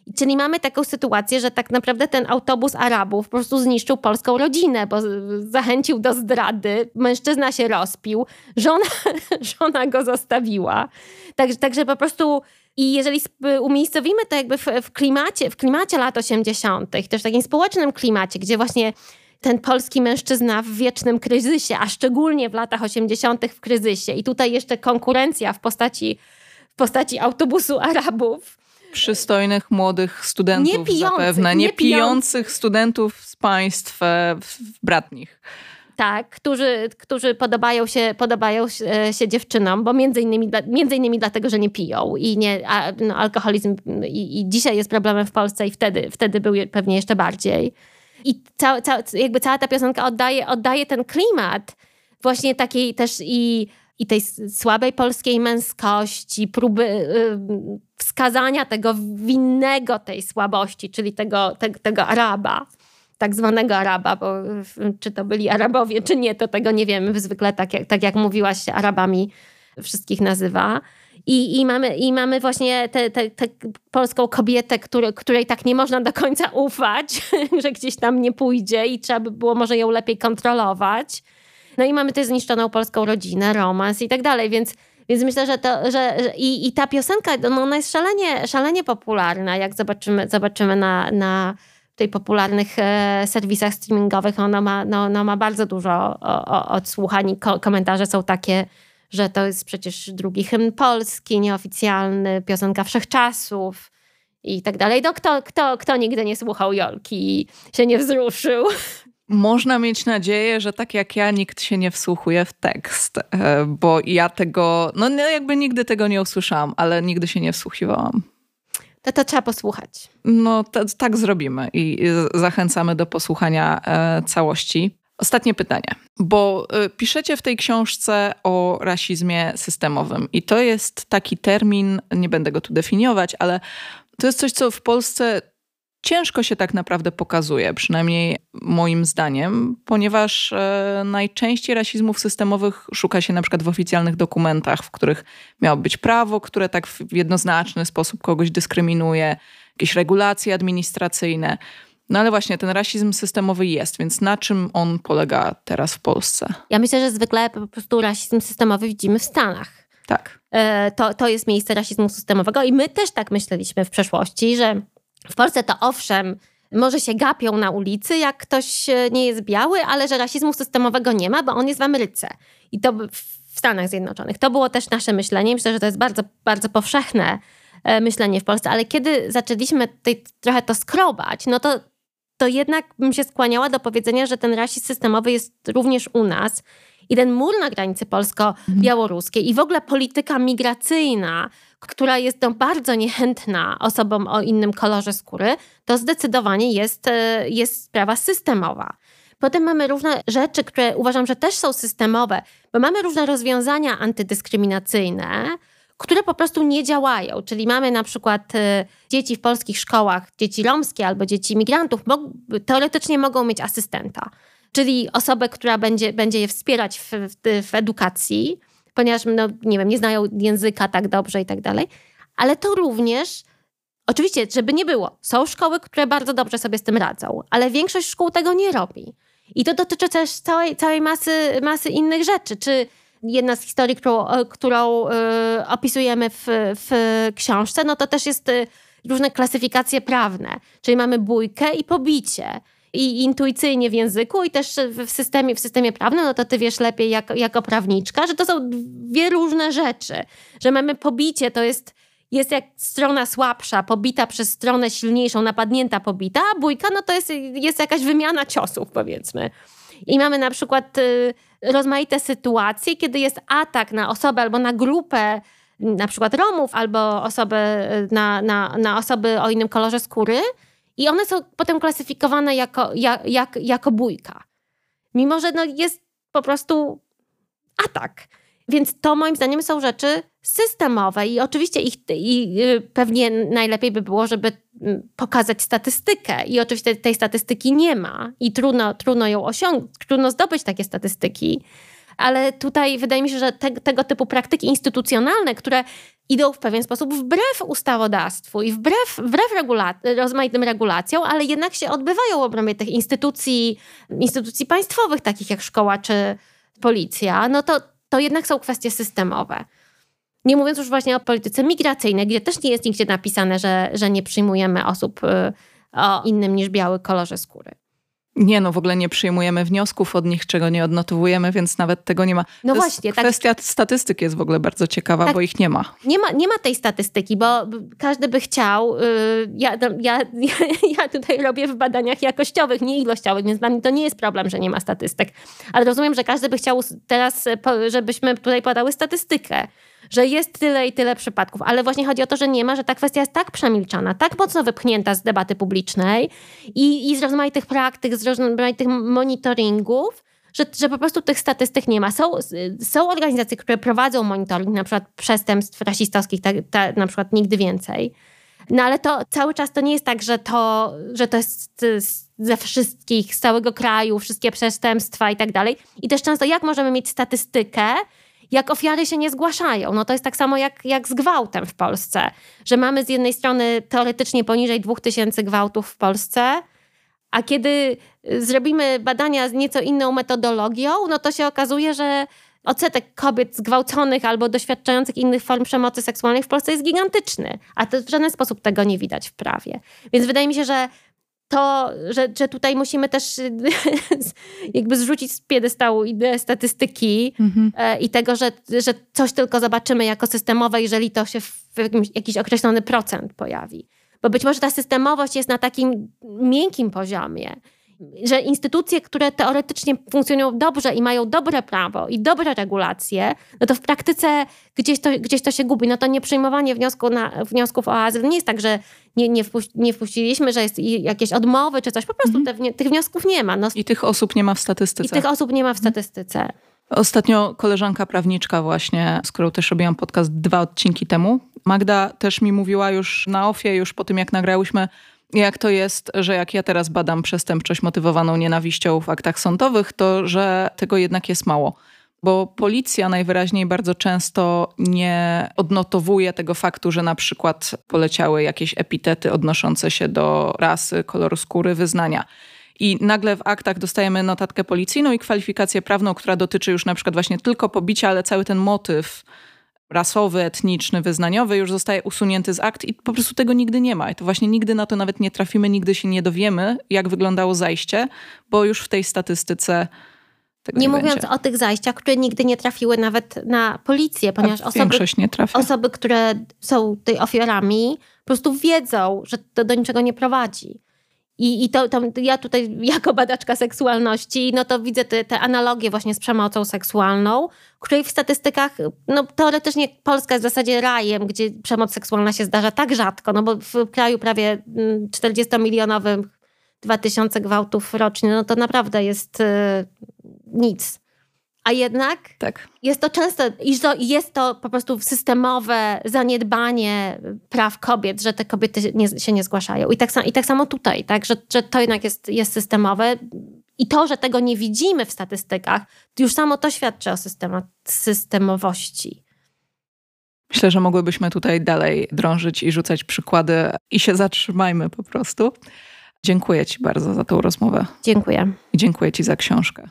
Czyli mamy taką sytuację, że tak naprawdę ten autobus Arabów po prostu zniszczył polską rodzinę, bo zachęcił do zdrady, mężczyzna się rozpił, żona, żona go zostawiła. Także, także po prostu i jeżeli umiejscowimy to jakby w, w klimacie, w klimacie lat osiemdziesiątych, też w takim społecznym klimacie, gdzie właśnie ten polski mężczyzna w wiecznym kryzysie, a szczególnie w latach osiemdziesiątych w kryzysie i tutaj jeszcze konkurencja w postaci, w postaci autobusu Arabów, przystojnych, młodych studentów nie pijących, zapewne, nie, nie pijących studentów z państw bratnich. Tak, którzy, którzy podobają, się, podobają się dziewczynom, bo między innymi, między innymi dlatego, że nie piją i nie, a, no, alkoholizm i, i dzisiaj jest problemem w Polsce i wtedy, wtedy był pewnie jeszcze bardziej. I ca, ca, jakby cała ta piosenka oddaje, oddaje ten klimat właśnie takiej też i i tej słabej polskiej męskości, próby y, wskazania tego winnego tej słabości, czyli tego, te, tego Araba, tak zwanego Araba, bo czy to byli Arabowie, czy nie, to tego nie wiemy. Zwykle, tak jak, tak jak mówiłaś, Arabami wszystkich nazywa. I, i, mamy, i mamy właśnie tę te, te, te polską kobietę, który, której tak nie można do końca ufać, że gdzieś tam nie pójdzie i trzeba by było może ją lepiej kontrolować. No i mamy tę zniszczoną polską rodzinę, romans i tak dalej, więc, więc myślę, że to, że, że i, i ta piosenka, no ona jest szalenie, szalenie popularna, jak zobaczymy, zobaczymy na, na tej popularnych e, serwisach streamingowych, ona ma, no, no, ma bardzo dużo o, o, odsłuchań i ko- komentarze są takie, że to jest przecież drugi hymn polski, nieoficjalny, piosenka wszechczasów i tak dalej. No kto, kto, kto nigdy nie słuchał Jolki i się nie wzruszył? Można mieć nadzieję, że tak jak ja, nikt się nie wsłuchuje w tekst, bo ja tego, no jakby nigdy tego nie usłyszałam, ale nigdy się nie wsłuchiwałam. To to trzeba posłuchać. No to, tak zrobimy i zachęcamy do posłuchania e, całości. Ostatnie pytanie, bo e, piszecie w tej książce o rasizmie systemowym i to jest taki termin, nie będę go tu definiować, ale to jest coś, co w Polsce ciężko się tak naprawdę pokazuje, przynajmniej moim zdaniem, ponieważ e, najczęściej rasizmów systemowych szuka się na przykład w oficjalnych dokumentach, w których miało być prawo, które tak w jednoznaczny sposób kogoś dyskryminuje, jakieś regulacje administracyjne. No ale właśnie ten rasizm systemowy jest, więc na czym on polega teraz w Polsce? Ja myślę, że zwykle po prostu rasizm systemowy widzimy w Stanach. Tak. E, to, to jest miejsce rasizmu systemowego i my też tak myśleliśmy w przeszłości, że w Polsce to owszem, może się gapią na ulicy, jak ktoś nie jest biały, ale że rasizmu systemowego nie ma, bo on jest w Ameryce. I to w Stanach Zjednoczonych. To było też nasze myślenie. Myślę, że to jest bardzo, bardzo powszechne myślenie w Polsce. Ale kiedy zaczęliśmy tutaj trochę to skrobać, no to, to jednak bym się skłaniała do powiedzenia, że ten rasizm systemowy jest również u nas. I ten mur na granicy polsko-białoruskiej i w ogóle polityka migracyjna, która jest no, bardzo niechętna osobom o innym kolorze skóry, to zdecydowanie jest, jest sprawa systemowa. Potem mamy różne rzeczy, które uważam, że też są systemowe, bo mamy różne rozwiązania antydyskryminacyjne, które po prostu nie działają. Czyli mamy na przykład y, dzieci w polskich szkołach, dzieci romskie albo dzieci migrantów, mo- teoretycznie mogą mieć asystenta. Czyli osobę, która będzie, będzie je wspierać w, w, w edukacji, ponieważ no, nie wiem, nie znają języka tak dobrze i tak dalej. Ale to również, oczywiście, żeby nie było, są szkoły, które bardzo dobrze sobie z tym radzą, ale większość szkół tego nie robi. I to dotyczy też całej, całej masy, masy innych rzeczy. Czy jedna z historii, którą, którą y, opisujemy w, w książce, no to też jest y, różne klasyfikacje prawne. Czyli mamy bójkę i pobicie. I intuicyjnie w języku i też w systemie, w systemie prawnym, no to ty wiesz lepiej jak, jako prawniczka, że to są dwie różne rzeczy. Że mamy pobicie, to jest, jest jak strona słabsza, pobita przez stronę silniejszą, napadnięta, pobita, a bójka, no to jest, jest jakaś wymiana ciosów, powiedzmy. I mamy na przykład y, rozmaite sytuacje, kiedy jest atak na osobę albo na grupę, na przykład Romów, albo osobę, na, na, na osoby o innym kolorze skóry, i one są potem klasyfikowane jako, jak, jak, jako bójka. Mimo, że no jest po prostu atak. Więc to moim zdaniem są rzeczy systemowe i oczywiście ich i pewnie najlepiej by było, żeby pokazać statystykę. I oczywiście tej statystyki nie ma i trudno, trudno ją osiągnąć, trudno zdobyć takie statystyki. ale tutaj wydaje mi się, że te, tego typu praktyki instytucjonalne, które idą w pewien sposób wbrew ustawodawstwu i wbrew, wbrew regula- rozmaitym regulacjom, ale jednak się odbywają w obrębie tych instytucji, instytucji państwowych, takich jak szkoła czy policja, no to, to jednak są kwestie systemowe. Nie mówiąc już właśnie o polityce migracyjnej, gdzie też nie jest nigdzie napisane, że, że nie przyjmujemy osób y, o innym niż biały kolorze skóry. Nie, no w ogóle nie przyjmujemy wniosków od nich, czego nie odnotowujemy, więc nawet tego nie ma. No to właśnie. Jest kwestia tak, statystyk jest w ogóle bardzo ciekawa, tak, bo ich nie ma. Nie ma, nie ma tej statystyki, bo każdy by chciał. Yy, ja, ja, ja tutaj robię w badaniach jakościowych, nie ilościowych, więc dla mnie to nie jest problem, że nie ma statystyk. Ale rozumiem, że każdy by chciał teraz, żebyśmy tutaj podały statystykę, że jest tyle i tyle przypadków, ale właśnie chodzi o to, że nie ma, że ta kwestia jest tak przemilczana, tak mocno wypchnięta z debaty publicznej i, i z rozmaitych praktyk, z rozmaitych monitoringów, że, że po prostu tych statystyk nie ma. Są, są organizacje, które prowadzą monitoring, na przykład przestępstw rasistowskich, ta, ta, na przykład Nigdy Więcej. No ale to cały czas to nie jest tak, że to, że to jest ze wszystkich, z całego kraju, wszystkie przestępstwa i tak dalej. I też często jak możemy mieć statystykę, jak ofiary się nie zgłaszają. No to jest tak samo jak, jak z gwałtem w Polsce, że mamy z jednej strony teoretycznie poniżej dwóch tysięcy gwałtów w Polsce, a kiedy zrobimy badania z nieco inną metodologią, no to się okazuje, że odsetek kobiet zgwałconych albo doświadczających innych form przemocy seksualnej w Polsce jest gigantyczny, a to w żaden sposób tego nie widać w prawie. Więc wydaje mi się, że to, że, że tutaj musimy też jakby zrzucić z piedestału ideę statystyki mhm. i tego, że, że coś tylko zobaczymy jako systemowe, jeżeli to się w jakimś, jakiś określony procent pojawi. Bo być może ta systemowość jest na takim miękkim poziomie, że instytucje, które teoretycznie funkcjonują dobrze i mają dobre prawo i dobre regulacje, no to w praktyce gdzieś to, gdzieś to się gubi. No to nie przyjmowanie wniosku na, wniosków o azyl nie jest tak, że nie, nie, wpuś, nie wpuściliśmy, że jest jakieś odmowy czy coś. Po prostu mhm. te, tych wniosków nie ma. No, I tych osób nie ma w statystyce. I tych osób nie ma w statystyce. Ostatnio koleżanka prawniczka właśnie, z którą też robiłam podcast dwa odcinki temu, Magda też mi mówiła już na offie, już po tym jak nagrałyśmy, jak to jest, że jak ja teraz badam przestępczość motywowaną nienawiścią w aktach sądowych, to że tego jednak jest mało. Bo policja najwyraźniej bardzo często nie odnotowuje tego faktu, że na przykład poleciały jakieś epitety odnoszące się do rasy, koloru skóry, wyznania. I nagle w aktach dostajemy notatkę policyjną i kwalifikację prawną, która dotyczy już na przykład właśnie tylko pobicia, ale cały ten motyw rasowy, etniczny, wyznaniowy już zostaje usunięty z akt i po prostu tego nigdy nie ma. I to właśnie nigdy na to nawet nie trafimy, nigdy się nie dowiemy, jak wyglądało zajście, bo już w tej statystyce tego nie, nie mówiąc będzie. O tych zajściach, które nigdy nie trafiły nawet na policję, ponieważ osoby, nie trafia. osoby, które są tutaj ofiarami, po prostu wiedzą, że to do niczego nie prowadzi. I, i to, to ja tutaj jako badaczka seksualności, no to widzę te, te analogie właśnie z przemocą seksualną, której w statystykach, no teoretycznie Polska jest w zasadzie rajem, gdzie przemoc seksualna się zdarza tak rzadko, no bo w kraju prawie czterdziestomilionowym dwa tysiące gwałtów rocznie, no to naprawdę jest y, nic. A jednak tak. jest to często, jest to po prostu systemowe zaniedbanie praw kobiet, że te kobiety nie, się nie zgłaszają. I tak, I tak samo tutaj, tak? Że, że to jednak jest, jest systemowe. I to, że tego nie widzimy w statystykach, już samo to świadczy o systema, systemowości. Myślę, że mogłybyśmy tutaj dalej drążyć i rzucać przykłady i się zatrzymajmy po prostu. Dziękuję ci bardzo za tą rozmowę. Dziękuję. I dziękuję ci za książkę.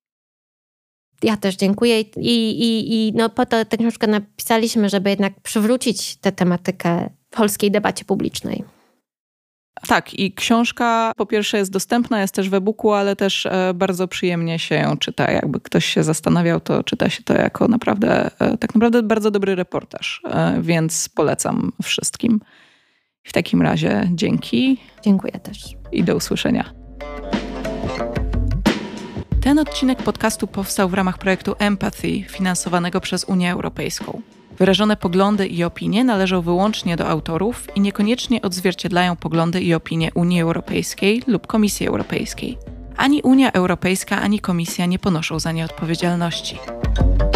Ja też dziękuję i, i, i no po to tę książkę napisaliśmy, żeby jednak przywrócić tę tematykę w polskiej debacie publicznej. Tak, i książka po pierwsze jest dostępna, jest też w e-booku, ale też bardzo przyjemnie się ją czyta. Jakby ktoś się zastanawiał, to czyta się to jako naprawdę, tak naprawdę bardzo dobry reportaż, więc polecam wszystkim. W takim razie dzięki. Dziękuję też. I do usłyszenia. Ten odcinek podcastu powstał w ramach projektu Empathy, finansowanego przez Unię Europejską. Wyrażone poglądy i opinie należą wyłącznie do autorów i niekoniecznie odzwierciedlają poglądy i opinie Unii Europejskiej lub Komisji Europejskiej. Ani Unia Europejska, ani Komisja nie ponoszą za nie odpowiedzialności.